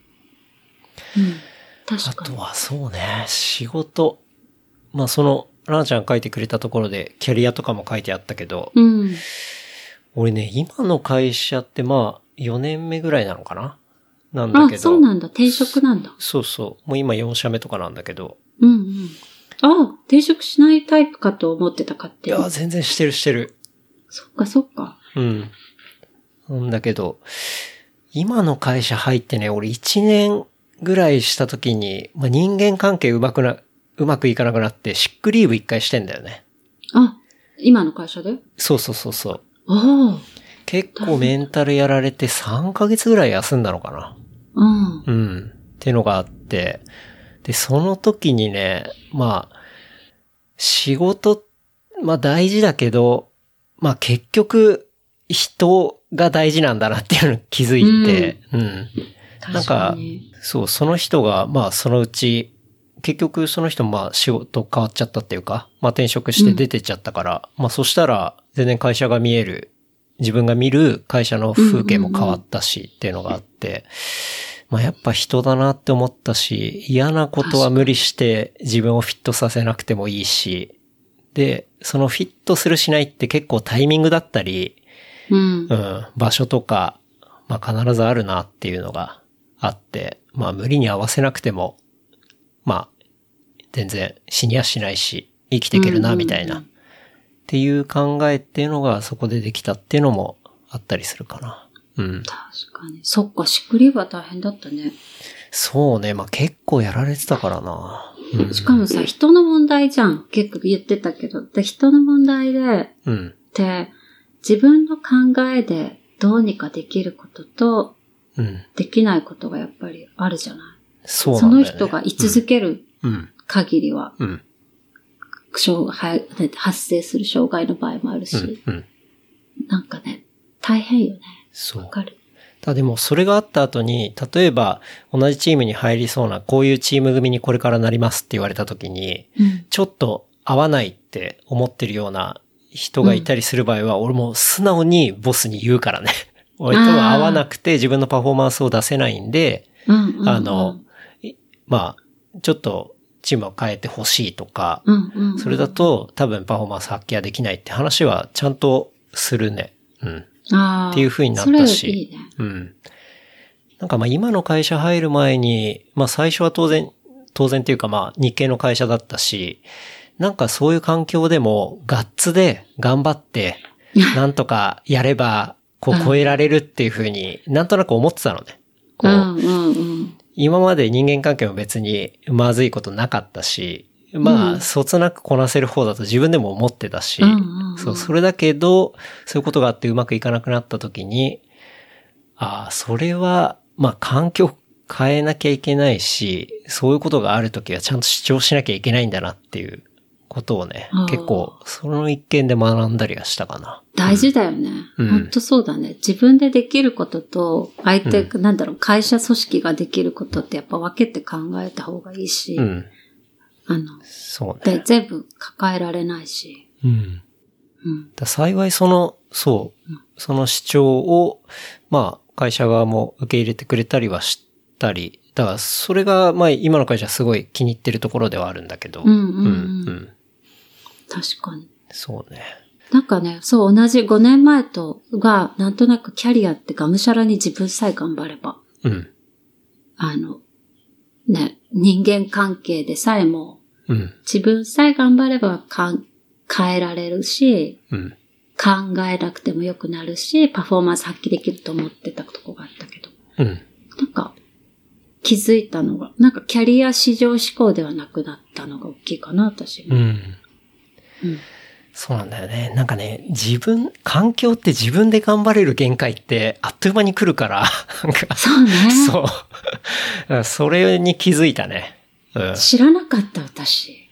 B: 確かに。
C: あとはそうね、仕事。まあその、ラナちゃん書いてくれたところで、キャリアとかも書いてあったけど、
B: うん。
C: 俺ね、今の会社ってまあ、よねんめぐらいなのかななんだけど。
B: あ、そうなんだ。転職なんだ。
C: そうそう。もう今よん社目とかなんだけど。
B: うんうん。あ、転職しないタイプかと思ってたかって。
C: いや、全然してるしてる。
B: そっかそっか。
C: うん。なんだけど、今の会社入ってね、俺いちねんぐらいした時に、まあ、人間関係うまくな、うまくいかなくなって、シックリーブ一回してんだよね。
B: あ、今の会社で？
C: そうそうそうそう。
B: ああ。
C: 結構メンタルやられてさんかげつぐらい休んだのかな。
B: うん。
C: うん。っていうのがあって、で、その時にね、まあ、仕事、まあ大事だけど、まあ結局、人が大事なんだなっていうのに気づいて、うん。うん、なんか、そう、その人が、まあそのうち、結局その人もまあ仕事変わっちゃったっていうか、まあ転職して出てっちゃったから、うん、まあそしたら全然会社が見える、自分が見る会社の風景も変わったしっていうのがあって、まあやっぱ人だなって思ったし、嫌なことは無理して自分をフィットさせなくてもいいし、で、そのフィットするしないって結構タイミングだったり、
B: うん、
C: うん、場所とか、まあ必ずあるなっていうのがあって、まあ無理に合わせなくても、まあ全然死にはしないし、生きていけるなみたいな、っていう考えっていうのがそこでできたっていうのもあったりするかな。うん。
B: 確かに。そっか、シックリーブは大変だったね。
C: そうね。まあ結構やられてたからな。
B: うん、しかもさ、人の問題じゃん。結構言ってたけど。で人の問題で、
C: うん。
B: で、自分の考えでどうにかできることと、
C: うん。
B: できないことがやっぱりあるじゃない。
C: そうなんだよね。
B: その人が居続ける限りは、
C: うん。
B: 障害、発生する障害の場合もあるし、
C: うん。うん、
B: なんかね、大変よね。
C: そう。
B: わかる。
C: ただでもそれがあった後に、例えば同じチームに入りそうな、こういうチーム組にこれからなりますって言われた時に、
B: うん、
C: ちょっと合わないって思ってるような人がいたりする場合は、うん、俺も素直にボスに言うからね。俺とは合わなくて自分のパフォーマンスを出せないんで、
B: うんうんうん、
C: あの、まあ、ちょっとチームを変えてほしいとか、
B: うんうんうん、
C: それだと多分パフォーマンス発揮はできないって話はちゃんとするね。うん。
B: あ
C: っていう風になったし。
B: いいね、
C: うん。なんかまあ今の会社入る前に、まあ最初は当然、当然っていうかまあ日系の会社だったし、なんかそういう環境でもガッツで頑張って、なんとかやればこう超えられるっていう風になんとなく思ってたのね。こう、
B: うんうんうん、
C: 今まで人間関係も別にまずいことなかったし、まあ、うん、そつなくこなせる方だと自分でも思ってたし、
B: うんうんうん、
C: そう、それだけど、そういうことがあってうまくいかなくなった時に、ああ、それは、まあ、環境変えなきゃいけないし、そういうことがある時はちゃんと主張しなきゃいけないんだなっていうことをね
B: あー、
C: 結構、その一件で学んだりはしたかな。
B: 大事だよね。
C: うん
B: ほんとそうだね。自分でできることと、相手、なんだろう、会社組織ができることってやっぱ分けて考えた方がいいし、
C: うん。
B: あの、
C: そうね。
B: で、全部抱えられないし。
C: うん。
B: うん。
C: だ幸いその、そう、その主張を、まあ、会社側も受け入れてくれたりはしたり、だからそれが、まあ今の会社すごい気に入ってるところではあるんだけど。
B: うんうんうん
C: うんうん
B: 確かに。
C: そうね。
B: なんかね、そう、同じごねんまえとが、なんとなくキャリアってがむしゃらに自分さえ頑張れば、
C: うん。
B: あの、ね、人間関係でさえも、
C: うん。
B: 自分さえ頑張ればかん変えられるし、
C: うん。
B: 考えなくても良くなるし、パフォーマンス発揮できると思ってたとこがあったけど、
C: うん。
B: なんか、気づいたのが、なんかキャリア市場志向ではなくなったのが大きいかな、私も。
C: うん。
B: うん
C: そうなんだよね。なんかね、自分、環境って自分で頑張れる限界ってあっという間に来るから、なんか、
B: そうね。
C: そう。それに気づいたね。うん。
B: 知らなかった、私。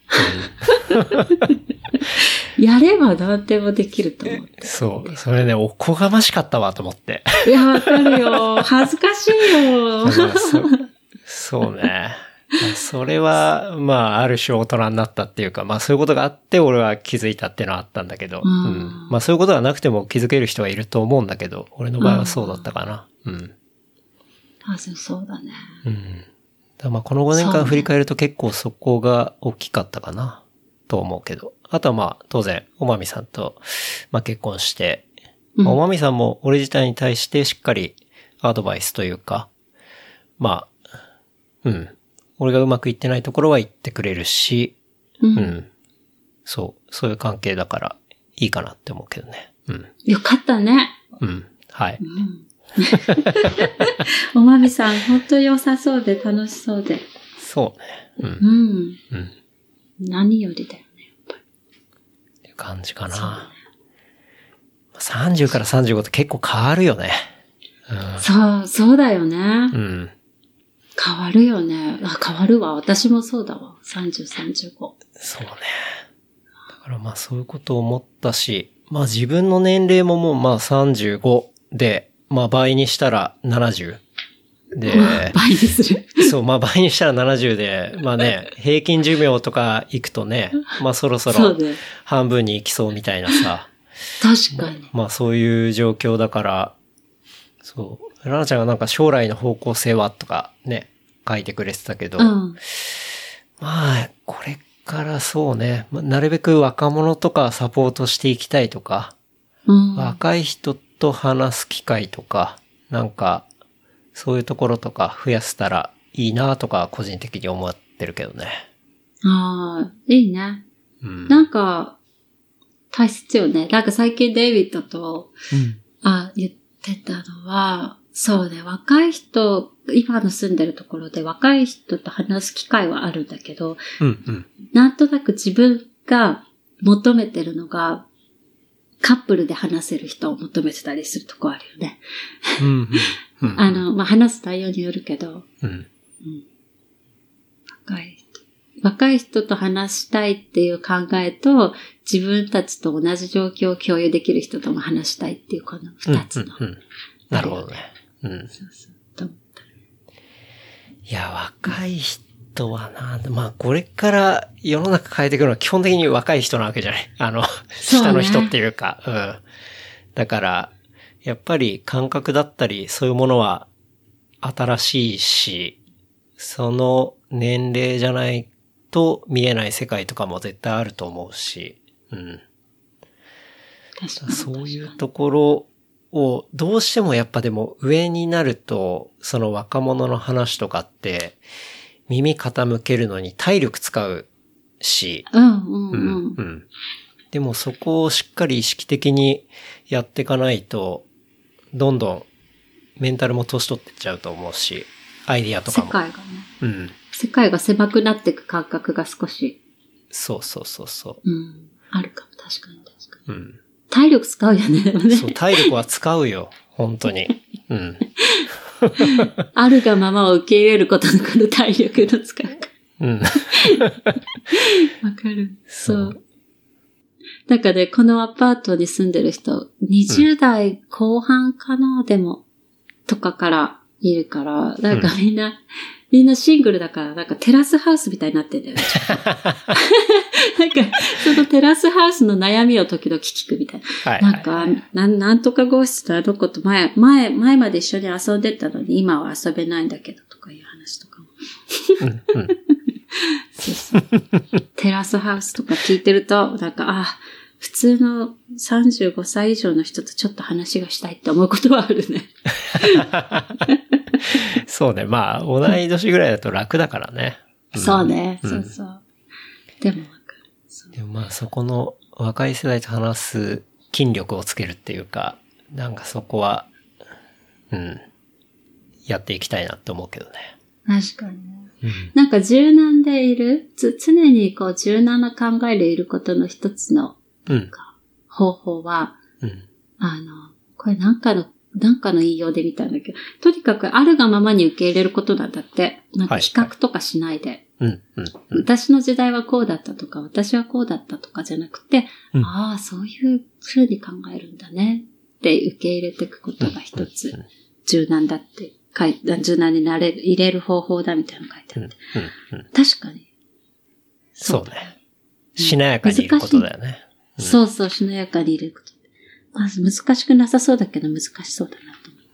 B: やれば何でもできると思って。
C: そう。それね、おこがましかったわと思って。
B: いや、わかるよ。恥ずかしいよ。
C: だからそそうね。それは、まあ、ある種大人になったっていうか、まあそういうことがあって俺は気づいたっていうのはあったんだけど、
B: うん
C: うんまあそういうことがなくても気づける人はいると思うんだけど、俺の場合はそうだったかな。うん。
B: あ、そうだね。
C: うん。だからまあこのごねんかん振り返ると結構そこが大きかったかな、と思うけど。あとはまあ当然、おまみさんと、まあ結婚して、
B: うん
C: おまみさんも俺自体に対してしっかりアドバイスというか、まあ、うん。俺がうまくいってないところは言ってくれるし、
B: う。
C: うんん。そう。そういう関係だからいいかなって思うけどね。うん。
B: よかったね。
C: うん。はい。
B: うん。おまみさん、ほんと良さそうで楽しそうで。
C: そうね。うん。
B: うん。
C: うん。
B: 何よりだよね、やっぱり。
C: っていう感じかな。さんじゅうからさんじゅうごって結構変わるよね。
B: そう、そうだよね。
C: うん。うん。
B: 変わるよね。あ、変わるわ。私もそうだわ。さんじゅう、さんじゅうご。
C: そうね。だからまあそういうことを思ったし、まあ自分の年齢ももうまあさんじゅうごで、まあ倍にしたらななじゅう。で、
B: 倍にする。
C: そう、まあ倍にしたらななじゅうで、まあね、平均寿命とか行くとね、まあそろそろ
B: そうね。
C: 半分に行きそうみたいなさ、
B: 確かに。
C: まあそういう状況だから、そう、ラナちゃんがなんか将来の方向性はとかね、書いてくれてたけど、
B: うん。
C: まあ、これからそうね、まあなるべく若者とかサポートしていきたいとか、
B: うん。
C: 若い人と話す機会とか、なんか、そういうところとか増やせたらいいなとか個人的に思ってるけどね。
B: ああ、いいね。
C: うん。
B: なんか、大切よね。なんか最近デイビッドと、
C: うん。
B: あ、言ってたのは、そうね、若い人、今の住んでるところで若い人と話す機会はあるんだけど、
C: うんうん。
B: なんとなく自分が求めてるのが、カップルで話せる人を求めてたりするとこあるよね。
C: うんうん。うん。
B: あの、まあ、話す内容によるけど、
C: うん。
B: 若い人。若い人と話したいっていう考えと、自分たちと同じ状況を共有できる人とも話したいっていうこの二つの。
C: うんうんうん。なるほどね。うん。
B: そうそう。と思った
C: いや、若い人はな、まあ、これから世の中変えていくのは基本的に若い人なわけじゃない。あの、
B: そうね
C: 下の人っていうか、うん。だから、やっぱり感覚だったり、そういうものは新しいし、その年齢じゃないと見えない世界とかも絶対あると思うし、うん。
B: 確かに。
C: そういうところを、どうしてもやっぱでも上になると、その若者の話とかって、耳傾けるのに体力使うし、
B: うんうんうん。
C: うん。でもそこをしっかり意識的にやっていかないと、どんどんメンタルも年取ってっちゃうと思うし、アイディアとかも。
B: 世界がね。
C: うん。
B: 世界が狭くなっていく感覚が少し、
C: そうそうそうそ
B: うん、あるかも。確かに確かに。
C: う。うん。
B: 体力使うよね、でもね。
C: そう、体力は使うよ。本当に。うん。
B: あるがままを受け入れることのこの体力の使い方。
C: うん。
B: わかる。そう。なんかね、このアパートに住んでる人、にじゅう代後半かな、うん、でも、とかからいるから、なんかみんな、うん、みんなシングルだから、なんかテラスハウスみたいになってんだよね。なんか、そのテラスハウスの悩みを時々聞くみたいな。はいはいはい、なんか、なん、なんとか号室とあの子と前、前、前まで一緒に遊んでたのに、今は遊べないんだけど、とかいう話とかも。うんうん、そうそう。テラスハウスとか聞いてると、なんか、あ、普通のさんじゅうごさい以上の人とちょっと話がしたいって思うことはあるね。
C: そうね。まあ、同い年ぐらいだと楽だからね。
B: うん、そうね。そうそう。でもわかる。
C: でもまあ、そこの若い世代と話す筋力をつけるっていうか、なんかそこは、うん、やっていきたいなって思うけどね。
B: 確かにね。うん、なんか柔軟でいる、つ常にこう柔軟な考えでいることの一つの、うん、方法は、うん、あの、これなんかの、なんかの引用で見たんだけど、とにかくあるがままに受け入れることなんだって、なんか比較とかしないで、はいはいうんうん、私の時代はこうだったとか、私はこうだったとかじゃなくて、うん、ああ、そういう風に考えるんだねって受け入れていくことが一つ、うんうん、柔軟だって書いて、柔軟になれる、入れる方法だみたいなの書いてあって、うんうんうん、確かに。
C: そうね。しなやかにいることだよね。
B: うん、そうそう、しなやかにいること。まず難しくなさそうだけど難しそうだなと思った。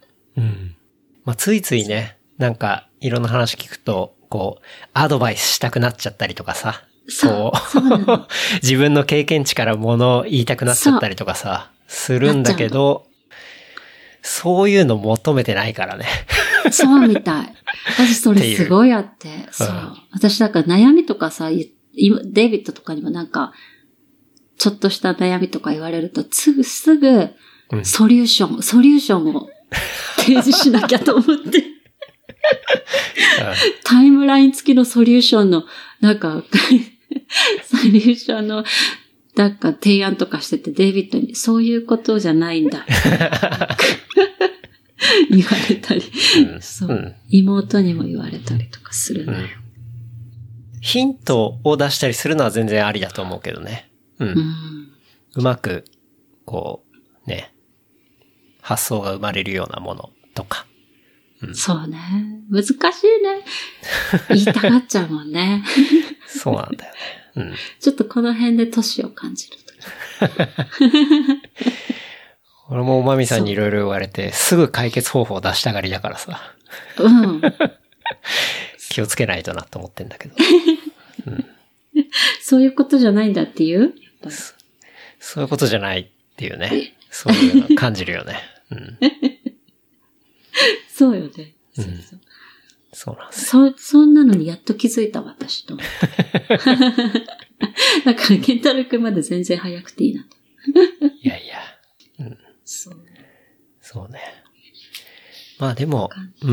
C: うん。まあ、ついついね、なんか、いろんな話聞くと、こう、アドバイスしたくなっちゃったりとかさ。
B: そう。そう
C: 自分の経験値から物を言いたくなっちゃったりとかさ、するんだけど、そういうの求めてないからね。
B: そうみたい。私それすごいあって。そう、うん。私だから悩みとかさ、デイビッドとかにもなんか、ちょっとした悩みとか言われると、すぐ、すぐ、ソリューション、うん、ソリューションを提示しなきゃと思って。タイムライン付きのソリューションの、なんか、ソリューションの、なんか提案とかしてて、デイビッドに、そういうことじゃないんだ。言われたり、うん、そう、うん。妹にも言われたりとかするのよ、うん。
C: ヒントを出したりするのは全然ありだと思うけどね。うん。うん、うまく、こう、ね、発想が生まれるようなものとか。
B: うん、そうね。難しいね。言いたがっちゃうもんね。
C: そうなんだよね。うん、
B: ちょっとこの辺で年を感じると。
C: 俺もおまみさんにいろいろ言われて、すぐ解決方法を出したがりだからさ。うん。気をつけないとなと思ってんだけど。うん、
B: そういうことじゃないんだっていう？
C: そ, そういうことじゃないっていうね。そういうの感じるよね。うん、
B: そうよね。
C: そうそう、うん、そうなんです
B: よ。そ、そんなのにやっと気づいた私と。だから、ケンタロウ君まで全然早くていいなと。
C: いやいや。うん、
B: そう。
C: そうね。まあでも、うん。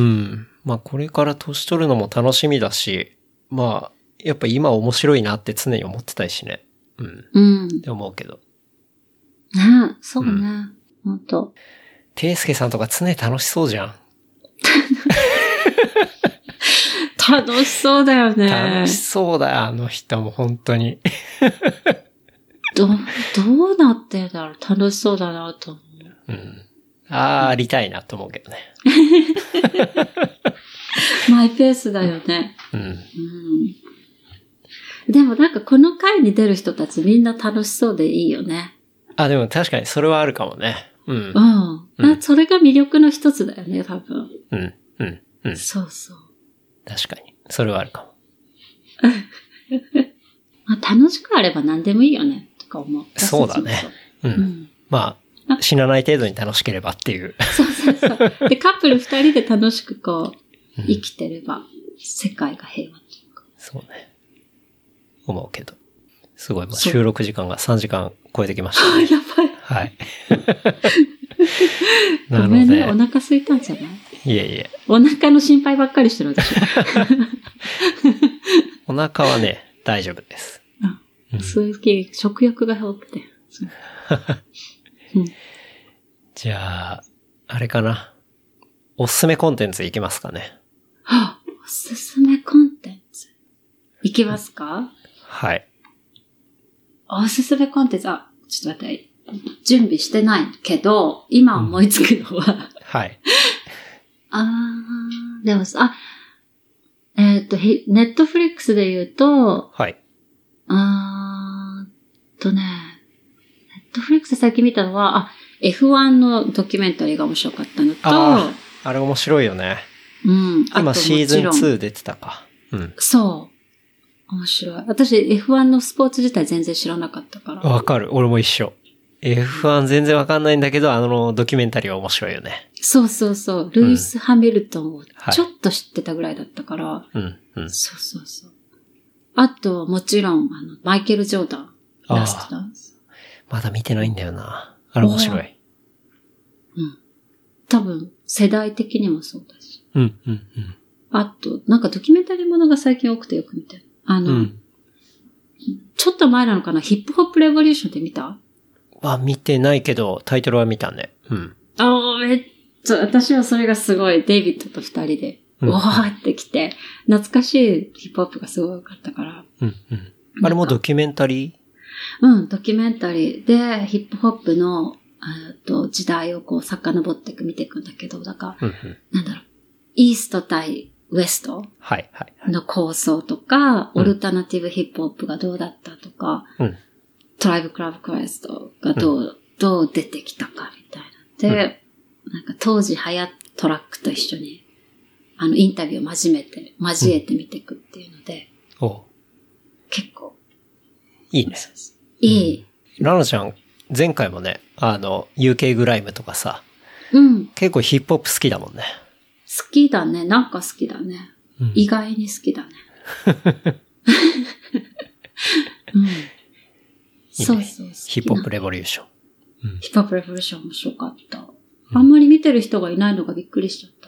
C: まあこれから年取るのも楽しみだし、まあ、やっぱ今面白いなって常に思ってたいしね。うん。うん。って思うけど。
B: ねえ、そうね。うん、ほんと。
C: ていすけさんとか常に楽しそうじゃん。
B: 楽しそうだよね。
C: 楽しそうだよ、あの人も本当に。
B: ど、どうなってんだろう、楽しそうだなと思う。
C: うん。ああ、ありたいなと思うけどね。
B: マイペースだよね。うん。うん。でもなんかこの回に出る人たちみんな楽しそうでいいよね。
C: あ、でも確かにそれはあるかもね。うん。
B: うん。うん、それが魅力の一つだよね、多分。
C: うん。うん。うん。
B: そうそう。
C: 確かに。それはあるかも。
B: まあ、楽しくあれば何でもいいよね、とか思う。
C: そうだね。うん。うん、まあ、死なない程度に楽しければっていう。
B: そうそうそう。で、カップル二人で楽しくこう、生きてれば、うん、世界が平和っていうか。
C: そうね。思うけど。すごい、まあ、収録時間がさんじかん超えてきましたね。
B: やばい。
C: はい。
B: なのでごめんね、お腹空いたんじゃない？
C: いえいえ。
B: お腹の心配ばっかりしてる私。
C: お腹はね、大丈夫です。
B: あ、うん、そういう食欲が多くて。うん、
C: じゃあ、あれかな。おすすめコンテンツいきますかね。
B: はあ、おすすめコンテンツ。 いきますか？
C: はい。
B: おすすめコンテンツ、あ、ちょっと待って、準備してないけど、今思いつくのは、うん、
C: はい。
B: あー、でもさ、あ、えっと、ネットフリックスで言うと、
C: はい。
B: あーとね、ネットフリックスで最近見たのは、あ、エフワン のドキュメンタリーが面白かったのと、
C: あ, あれ面白いよね。
B: うん。
C: 今シーズンツー出てたか。うん。
B: そう。面白い。私 エフワン のスポーツ自体全然知らなかったから。
C: わかる。俺も一緒。エフワン 全然わかんないんだけど、あのドキュメンタリーは面白いよね。
B: そうそうそう。ルイス・ハミルトンをちょっと知ってたぐらいだったから。
C: うん。うん。
B: そうそうそう。あと、もちろん、あの、マイケル・ジョーダン。ラストダンス。
C: まだ見てないんだよな。あれ面白い。
B: うん。多分、世代的にもそうだし。
C: うん、うん、うん。
B: あと、なんかドキュメンタリーものが最近多くてよく見てる。あの、うん、ちょっと前なのかな、ヒップホップレボリューションって見た？
C: あ、見てないけど、タイトルは見たね。うん。
B: ああ、めっちゃ、私はそれがすごい、デイビッドと二人で、うわーってきて、懐かしいヒップホップがすごい良かったから。
C: うん、うん。あれもドキュメンタリー？
B: うん、ドキュメンタリーで、ヒップホップの、あと時代をこう遡っていく、見ていくんだけど、だから、
C: うんうん、
B: なんだろう、イースト対ウエストの構想とか、はいはいはい、オルタナティブヒップホップがどうだったとか、うん、トライブクラブクエストがどう、うん、どう出てきたかみたいな。で、うん、なんか当時流行ったトラックと一緒に、あの、インタビューを交えて、交えて見ていくっていうので、
C: うん、お
B: 結構。
C: いいね。
B: いい。
C: うん、ラナちゃん、前回もね、あの、ユーケー グライムとかさ、
B: うん。
C: 結構ヒップホップ好きだもんね。
B: 好きだね。なんか好きだね。うん、意外に好きだね。うん、いいね、そうそう。
C: ヒップホップレボリューション。
B: うん、ヒップホップレボリューション面白かった。うん、あんまり見てる人がいないのがびっくりしちゃった。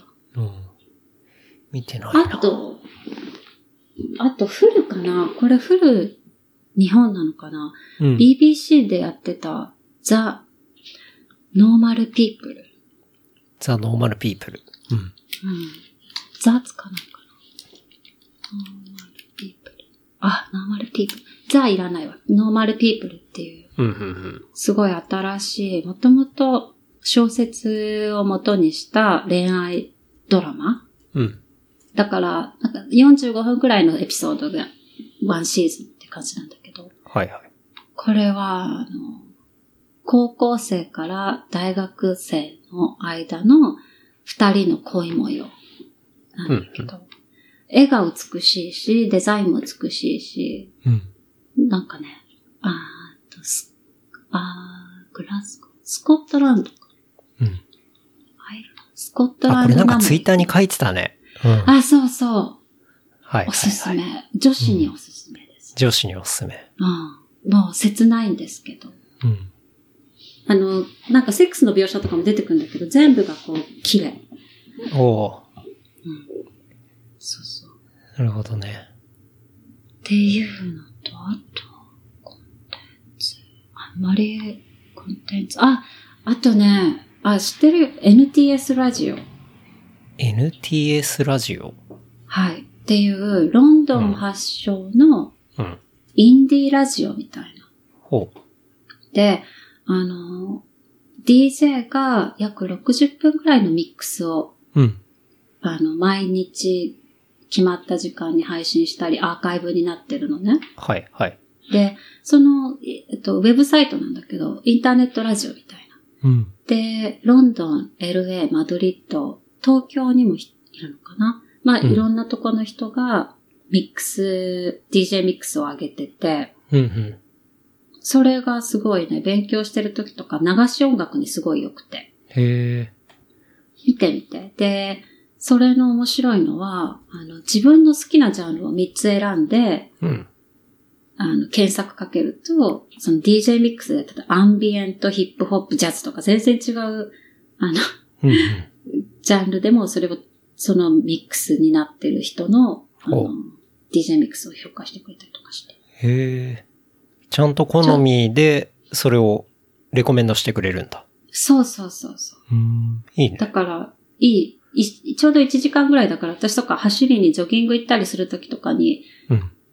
C: うん。見てないな。
B: あと、あとフルかな？これフル日本なのかな、うん、ビービーシー でやってたザ・ノーマル・ピープル。
C: ザ・ノーマル・ピープル。うん。うん。
B: ザつかないかな。ノーマル・ピープル。あ、ノーマル・ピープル。ザいらないわ。ノーマル・ピープルっていう。
C: うんうんうん。
B: すごい新しい、もともと小説を元にした恋愛ドラマ。
C: うん。
B: だから、なんかよんじゅうごふんくらいのエピソードがワンシーズンって感じなんだけど。
C: はいはい。
B: これは、あの、高校生から大学生の間の二人の恋模様なんだけど、うんうん、絵が美しいし、デザインも美しいし、
C: うん、
B: なんかね、あーとス、あー、グラスゴー、スコットランドか。
C: うん。
B: スコットランド。
C: あ、これなんかツイッターに書いてたね。うん、
B: あ、そうそう。はい
C: はいはい。
B: おすすめ。女子におすすめです。
C: うん、女子におすすめ。
B: うん。もう切ないんですけど。
C: うん。
B: あの、なんかセックスの描写とかも出てくるんだけど、全部がこう、綺麗。
C: おー。うん。
B: そうそう。
C: なるほどね。
B: っていうのと、あと、コンテンツ。あんまり、コンテンツ。あ、あとね、あ、知ってる エヌティーエス ラジオ。
C: エヌティーエス ラジオ？
B: はい。っていう、ロンドン発祥の、インディーラジオみたいな。
C: ほう。
B: で、あの、ディージェー が約ろくじゅっぷんくらいのミックスを、
C: うん、
B: あの、毎日決まった時間に配信したり、アーカイブになってるのね。
C: はい、はい。
B: で、その、えっと、ウェブサイトなんだけど、インターネットラジオみたい
C: な。うん、
B: で、ロンドン、エルエー、マドリッド、東京にもいるのかな。まあ、うん、いろんなとこの人が、ミックス、ディージェー ミックスを上げてて、
C: うんうん、
B: それがすごいね、勉強してる時とか流し音楽にすごい良くて。
C: へー。
B: 見てみて。で、それの面白いのは、あの、自分の好きなジャンルをみっつ選んで、
C: うん、
B: あの、検索かけると、その ディージェー ミックスでやってたアンビエント、ヒップホップ、ジャズとか全然違う、あの、
C: うんうん、
B: ジャンルでもそれを、そのミックスになってる人の、あの、ディージェー ミックスを評価してくれたりとかして。
C: へー。ちゃんと好みで、それをレコメンドしてくれるんだ。
B: そうそうそうそう。
C: うーん、いいね。
B: だから、いい、い、ちょうどいちじかんぐらいだから、私とか走りにジョギング行ったりするときとかに、
C: うん、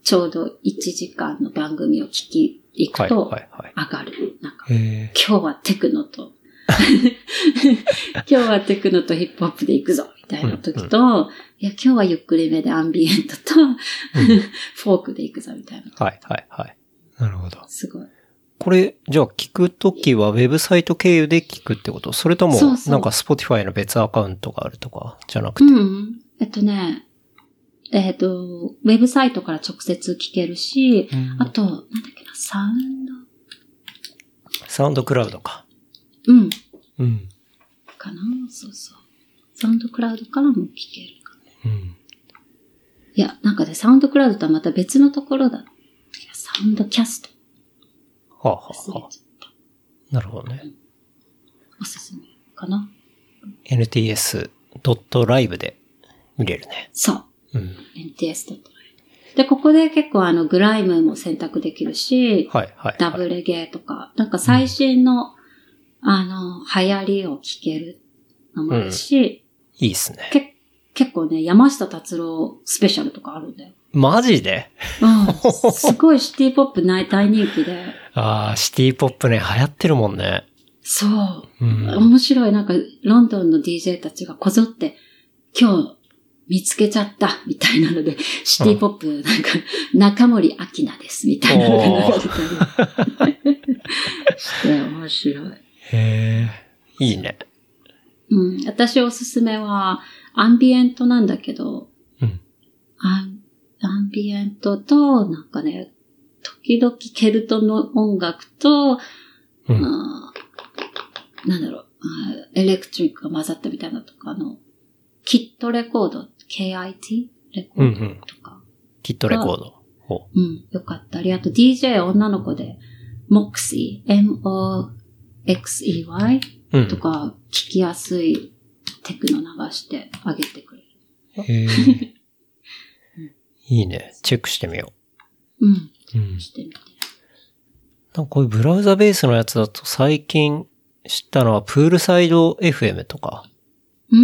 B: ちょうどいちじかんの番組を聞き行くと、
C: はいはいはい。
B: 上がる。なんか、
C: へ
B: 今日はテクノと、今日はテクノとヒップホップで行くぞみたいな時と、うんうん、いや、今日はゆっくりめでアンビエントと、うん、フォークで行くぞみたいな。
C: はいはいはい。なるほど。
B: すごい。
C: これ、じゃあ聞くときはウェブサイト経由で聞くってこと？それとも、
B: そうそう、
C: なんか Spotify の別アカウントがあるとかじゃなくて？
B: うん。えっとね、えっと、ウェブサイトから直接聞けるし、うん、あと、なんだっけな、サウンド
C: サウンドクラウドか。
B: うん。
C: うん。
B: かな？そうそう。サウンドクラウドからも聞けるか
C: な。うん。
B: いや、なんかね、サウンドクラウドとはまた別のところだ。いや、サウンドキャスト。
C: はあ、はあはあ、なるほどね。うん、
B: おすすめかな。
C: エヌティーエスドットライブ で見れるね。
B: そう。
C: うん。
B: エヌティーエスドットライブ で、ここで結構あの、グライムも選択できるし、
C: はい、はい、はい。
B: ダブレゲーとか、なんか最新の、うん、あの、流行りを聞けるのもあるし、
C: うん、いいっすね。
B: け、結構ね、山下達郎スペシャルとかあるんだよ。
C: マジで？
B: うん。すごいシティポップ大人気で。
C: ああ、シティポップね、流行ってるもんね。
B: そう。
C: うん、
B: 面白い。なんか、ロンドンの ディージェー たちがこぞって、今日見つけちゃった、みたいなので、シティポップ、なんか、中森明菜です、みたいなのが流れてたりして、面白い。
C: へえ、いいね。
B: うん。私おすすめは、アンビエントなんだけど、
C: うん。
B: アンアンビエントと、なんかね、時々ケルトの音楽と、
C: うん、
B: なんだろう、エレクトリックが混ざったみたいなとか、あの、キットレコード、ケーアイティー レコードとか、うんうん。
C: キットレコード。ほ
B: う。うん、よかったり。あと ディージェー 女の子で、モクシー、エムオーエックスイーワイ とか、聞きやすいテクノ流してあげてくれる。
C: へーいいね。チェックしてみよ
B: う。うん。うん、してみて。
C: なんかこういうブラウザベースのやつだと最近知ったのはプールサイド エフエム とか。
B: うん。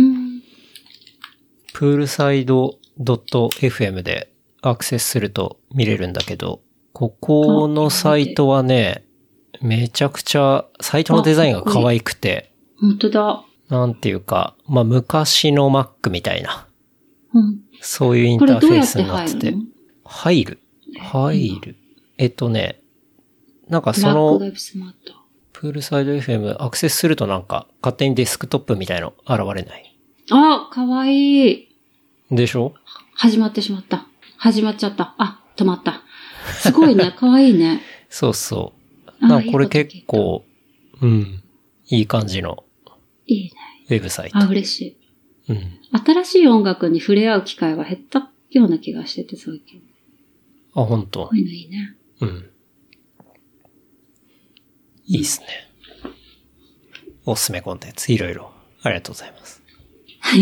C: プールサイド エフエム でアクセスすると見れるんだけど、ここのサイトはね、めちゃくちゃサイトのデザインが可愛くて。
B: 本当だ。
C: なんていうか、まあ昔の Mac みたいな。
B: うん。
C: そういうインターフェースになってて。入る入る。えっとね、なんかその、プールサイド エフエム アクセスするとなんか勝手にデスクトップみたいの現れない？
B: あ、かわいい。
C: でしょ？
B: 始まってしまった。始まっちゃった。あ、止まった。すごいね。かわいいね。
C: そうそう。なんかこれ結構、うん、いい感じの。
B: いいね。
C: ウェブサイト。
B: あ、嬉しい。
C: うん。
B: 新しい音楽に触れ合う機会が減ったような気がしてて、最近。
C: あ、本当。
B: こういうのいいね。
C: うん。いいっすね。おすすめコンテンツ、いろいろ。ありがとうございます。
B: はい。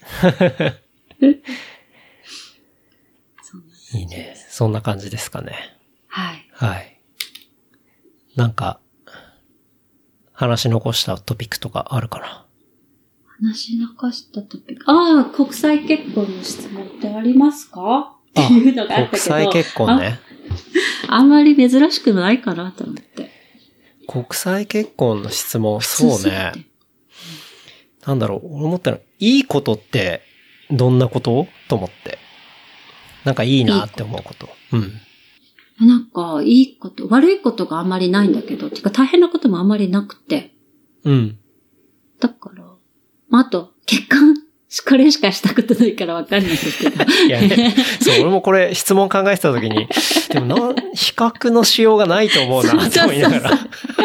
C: いいね。そんな感じですかね。
B: はい。
C: はい。なんか、話し残したトピックとかあるかな？
B: 話し残したトピック。ああ、国際結婚の質問ってありますか？っていうのがあったけど。
C: 国際結婚ね。
B: あ, あんまり珍しくないかなと思って。
C: 国際結婚の質問、そうね。なんだろう、俺思ったの、いいことってどんなことと思って。なんかいいなって思うこと。うん。
B: なんか、いいこと、悪いことがあんまりないんだけど、てか大変なこともあんまりなくて。
C: うん。
B: だから、まあ、あと、結婚、これしかしたことないからわかんないですけど。
C: いやね、そう、俺もこれ質問考えてたときに、でもな、比較のしようがないと思うな、と思いながら。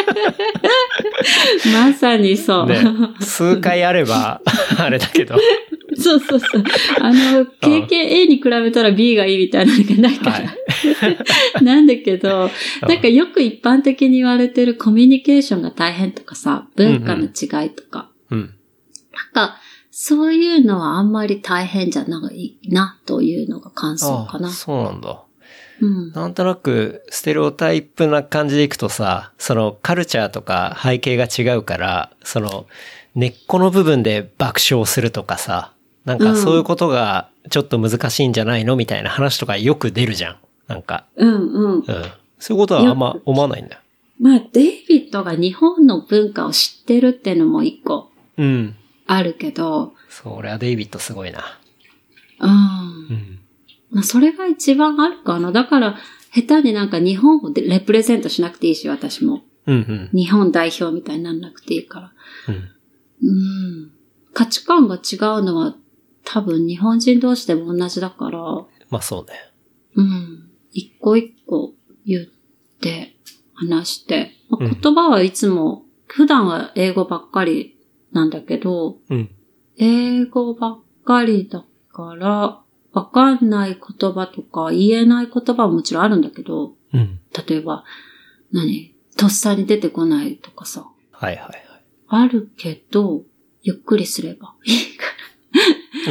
B: まさにそう。
C: ね、数回あれば、あれだけど。
B: そうそうそう。あの、経験 A に比べたら B がいいみたいなのがないから。はい、なんだけど、なんかよく一般的に言われてるコミュニケーションが大変とかさ、文化の違いとか。
C: うん、うん。
B: なんか、そういうのはあんまり大変じゃないな、というのが感想かな。
C: ああ、そうなんだ。
B: うん、
C: なんとなく、ステレオタイプな感じでいくとさ、そのカルチャーとか背景が違うから、その根っこの部分で爆笑するとかさ、なんかそういうことがちょっと難しいんじゃないのみたいな話とかよく出るじゃん。 なんか。
B: うんうん。
C: うん。そういうことはあんま思わないんだよ。
B: まあ、デイビッドが日本の文化を知ってるっていうのも一個。
C: うん。
B: あるけど。
C: そう、俺はデイビッドすごいな。
B: うん。うん。まあ、それが一番あるかな。だから、下手になんか日本をレプレゼントしなくていいし、私も。
C: うんうん。
B: 日本代表みたいにならなくていいから。
C: うん。
B: うん。価値観が違うのは多分日本人同士でも同じだから。
C: まあそうね。
B: うん。一個一個言って話して。まあ、言葉はいつも、うん、普段は英語ばっかりなんだけど、
C: うん、
B: 英語ばっかりだから、わかんない言葉とか言えない言葉はもちろんあるんだけど、
C: うん、
B: 例えば、何とっさに出てこないとかさ。
C: はいはいはい。
B: あるけど、ゆっくりすればいいから。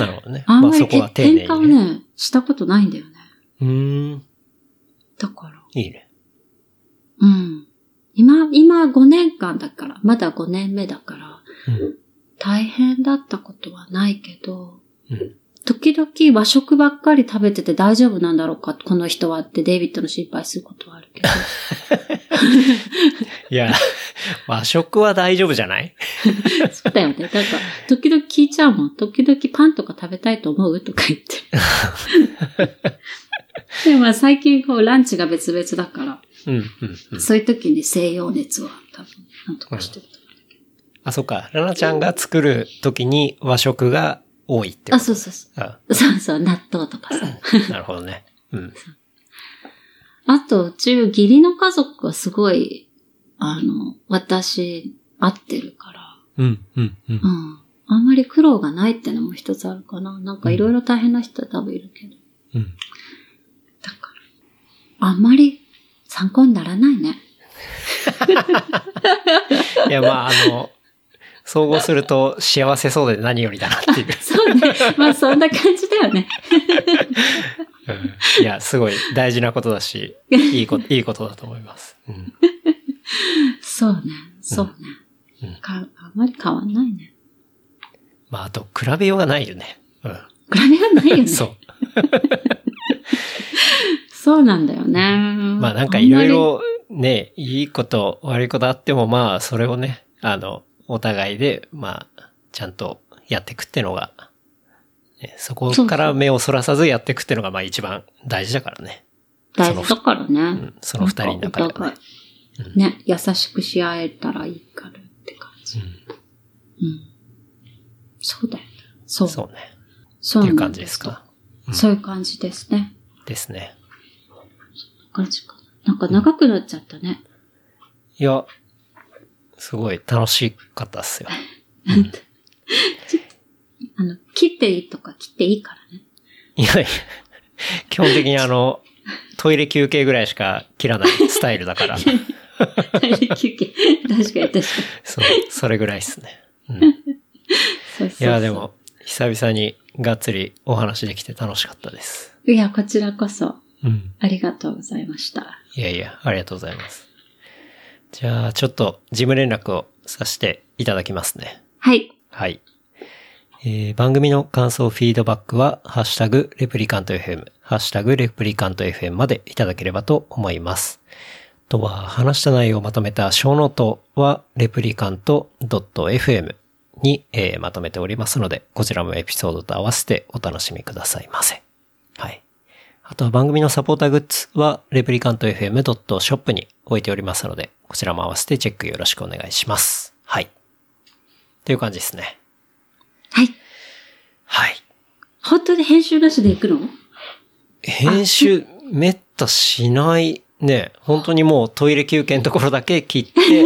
C: なるほどね。
B: あんまり
C: そこは丁寧に、ね。
B: 変化をね、したことないんだよね。
C: うーん。
B: だから。
C: いいね。
B: うん。今、今ごねんかんだから、まだごねんめだから、
C: うん、
B: 大変だったことはないけど、
C: うん、
B: 時々和食ばっかり食べてて大丈夫なんだろうか、この人はってデイビッドの心配することはあるけど。
C: いや、和食は大丈夫じゃない？
B: そうだよね。なんか、時々聞いちゃうもん。時々パンとか食べたいと思うとか言って。でもまあ最近こうランチが別々だから、
C: うんうんうん、
B: そういう時に西洋熱は多分なんとかしてると思うんだけど。
C: あ、そっか。ラナちゃんが作る時に和食が多いってこと。
B: あ、そうそうそう。あそうそう、納豆とかさ。
C: なるほどね。うん。
B: あと、うち義理の家族がすごい、あの、私、合ってるから。
C: うん、うん、うん。うん。
B: あんまり苦労がないってのも一つあるかな。なんかいろいろ大変な人は多分いるけど。
C: うん。
B: だから、あんまり参考にならないね。
C: いや、まあ、あの、総合すると幸せそうで何よりだなっていう。
B: そうね。まあそんな感じだよね。
C: うん、いや、すごい大事なことだし、いいこと、いいことだと思います。うん、
B: そうね。そうね、うん、か。あんまり変わんないね。
C: まあ、あと、比べようがないよね。うん、
B: 比べようがないよね。
C: そう。
B: そうなんだよね。
C: まあなんかいろいろね、いいこと悪いことあってもまあそれをね、あの、お互いでまあちゃんとやっていくってのが、ね、そこから目をそらさずやっていくってのがまあ一番大事だからね。
B: 大事だからね。うん、
C: その二人の中ではね。
B: うん、ね、優しくし合えたらいいからって感じ。うん。うん、そうだよね。そう。
C: そうね。
B: そう
C: いう感じですか。
B: うん、そういう感じですね。
C: ですね。
B: 感じか。なんか長くなっちゃったね。
C: いや、すごい楽しかったっすよ。うん、
B: あの、切っていいとか切っていいからね。
C: いやいや、基本的にあの、トイレ休憩ぐらいしか切らないスタイルだから。ト
B: イレ休憩。確かに確かに。
C: そう、それぐらいっすね。うん、そうそうそう。いや、でも、久々にがっつりお話できて楽しかったです。
B: いや、こちらこそ。
C: うん。
B: ありがとうございました。
C: いやいや、ありがとうございます。じゃあ、ちょっと事務連絡をさせていただきますね。
B: はい。
C: はい。えー、番組の感想、フィードバックは、ハッシュタグ、レプリカント エフエム、ハッシュタグ、レプリカント エフエム までいただければと思います。あとは、話した内容をまとめた小ノートは、レプリカント エフエム に、えー、まとめておりますので、こちらもエピソードと合わせてお楽しみくださいませ。はい。あとは番組のサポーターグッズは レプリカントエフエムドットショップ に置いておりますので、こちらも合わせてチェックよろしくお願いします。はい。っていう感じですね。
B: はい。
C: はい。
B: 本当に編集なしでいくの？
C: 編集めったしないね。本当にもうトイレ休憩のところだけ切って、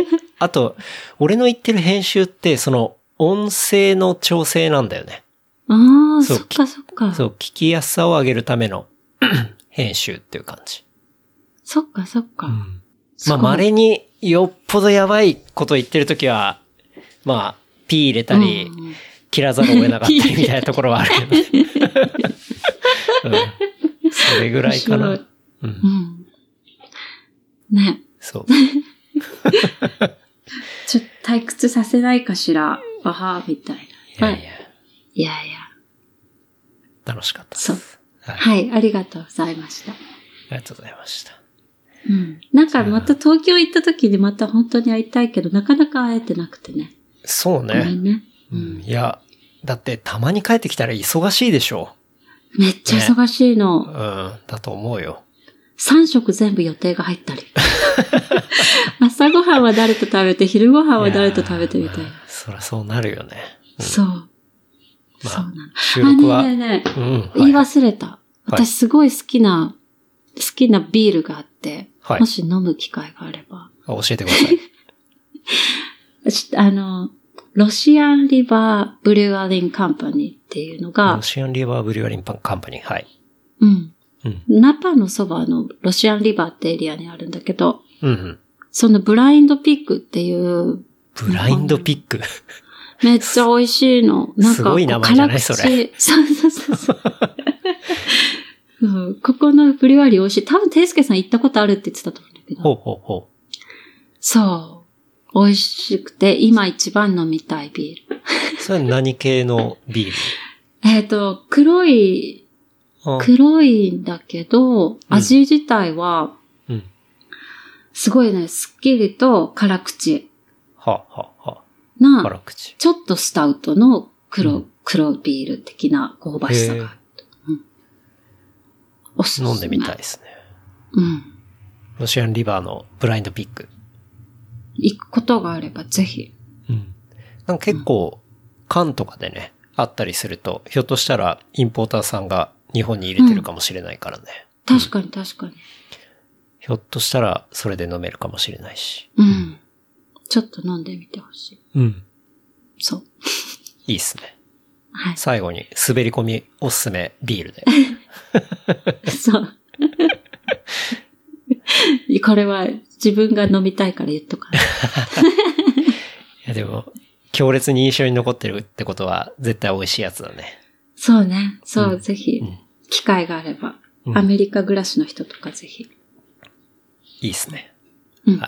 C: あと、俺の言ってる編集ってその音声の調整なんだよね。
B: ああ、そっかそっか。
C: そう、聞きやすさを上げるための編集っていう感じ。
B: そっかそっか。うん、
C: まあ、稀によっぽどやばいこと言ってるときは、まあ、P 入れたり、うん、切らざるを得なかったりみたいなところはあるけど、ねうん。それぐらいかな。うん。うん、
B: ね。
C: そう。
B: ちょっと退屈させないかしら。わはみたいな。
C: いやいや。
B: いやいや。
C: 楽しかったです。
B: そう。はい、はい、ありがとうございました。
C: ありがとうございました。
B: うん。なんかまた東京行った時にまた本当に会いたいけど、なかなか会えてなくてね。
C: そうね。
B: ごめんね。
C: うん。いや、だってたまに帰ってきたら忙しいでしょ。
B: めっちゃ忙しいの。
C: ね、うん。だと思うよ。
B: 三食全部予定が入ったり。朝ごはんは誰と食べて、昼ごはんは誰と食べてみたいな。
C: そりゃそうなるよね。
B: うん、そう。
C: まあ、
B: そうなの。
C: 収録は。
B: あ、ねえねえねえ、
C: うんはい、
B: 言い忘れた。私すごい好きな、はい、好きなビールがあって、はい、もし飲む機会があれば。
C: あ、教えてください。
B: あの、ロシアンリバーブリュワリンカンパニーっていうのが、
C: ロシアンリバーブリュワリンカンパニー、はい。
B: うん。うん、ナパのそばのロシアンリバーってエリアにあるんだけど、
C: うんうん、
B: そのブラインドピックっていう。
C: ブラインドピック
B: めっちゃ美味しいの。なんか、
C: すごい名前じゃないそれ。
B: そうそうそうそう。うん、ここのブリュワリー美味しい。多分、ていすけさん行ったことあるって言ってたと思うんだけど。
C: ほうほうほう。
B: そう。美味しくて、今一番飲みたいビール。
C: それは何系のビール？
B: えっと、黒い、黒いんだけど、味自体は、うん、すごいね、すっきりと辛口。
C: はあ、はあはあ、
B: な、
C: 辛口。
B: ちょっとスタウトの黒、うん、黒ビール的な香ばしさがある。うん、おすすめ。
C: 飲んでみたいですね。
B: うん。
C: ロシアンリバーのブラインドピック。
B: 行くことがあればぜひ。
C: うん。なんか結構、缶とかでね、あったりすると、ひょっとしたらインポーターさんが日本に入れてるかもしれないからね。
B: うん、確かに確かに。
C: ひょっとしたらそれで飲めるかもしれないし。
B: うん。ちょっと飲んでみてほしい。
C: うん。
B: そう。
C: いいっすね。
B: はい。
C: 最後に滑り込みおすすめビールで。
B: そう。これは自分が飲みたいから言っとかない。い
C: やでも、強烈に印象に残ってるってことは絶対美味しいやつだね。
B: そうね。そう、うん、ぜひ、
C: うん、
B: 機会があれば、
C: うん。
B: アメリカ暮らしの人とかぜひ。
C: いいっすね。
B: うん。
C: はい。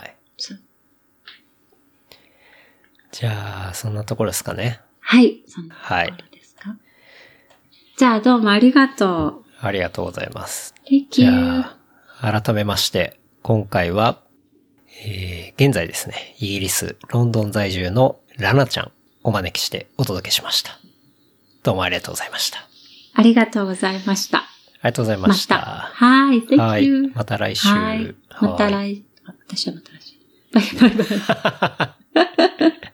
C: じゃあ、そんなところですかね。
B: はい。そんなところですか。はい、じゃあ、どうもありがとう。
C: ありがとうございます。
B: Thank you.
C: じゃあ、改めまして、今回は、えー、現在ですね、イギリス、ロンドン在住のラナちゃんお招きしてお届けしました。どうもありがとうございました。
B: ありがとうございました。
C: ありがとうございました。
B: はい、Thank you.
C: はい、また来週。
B: はい、また来、私はまた来週。バイバイバイ。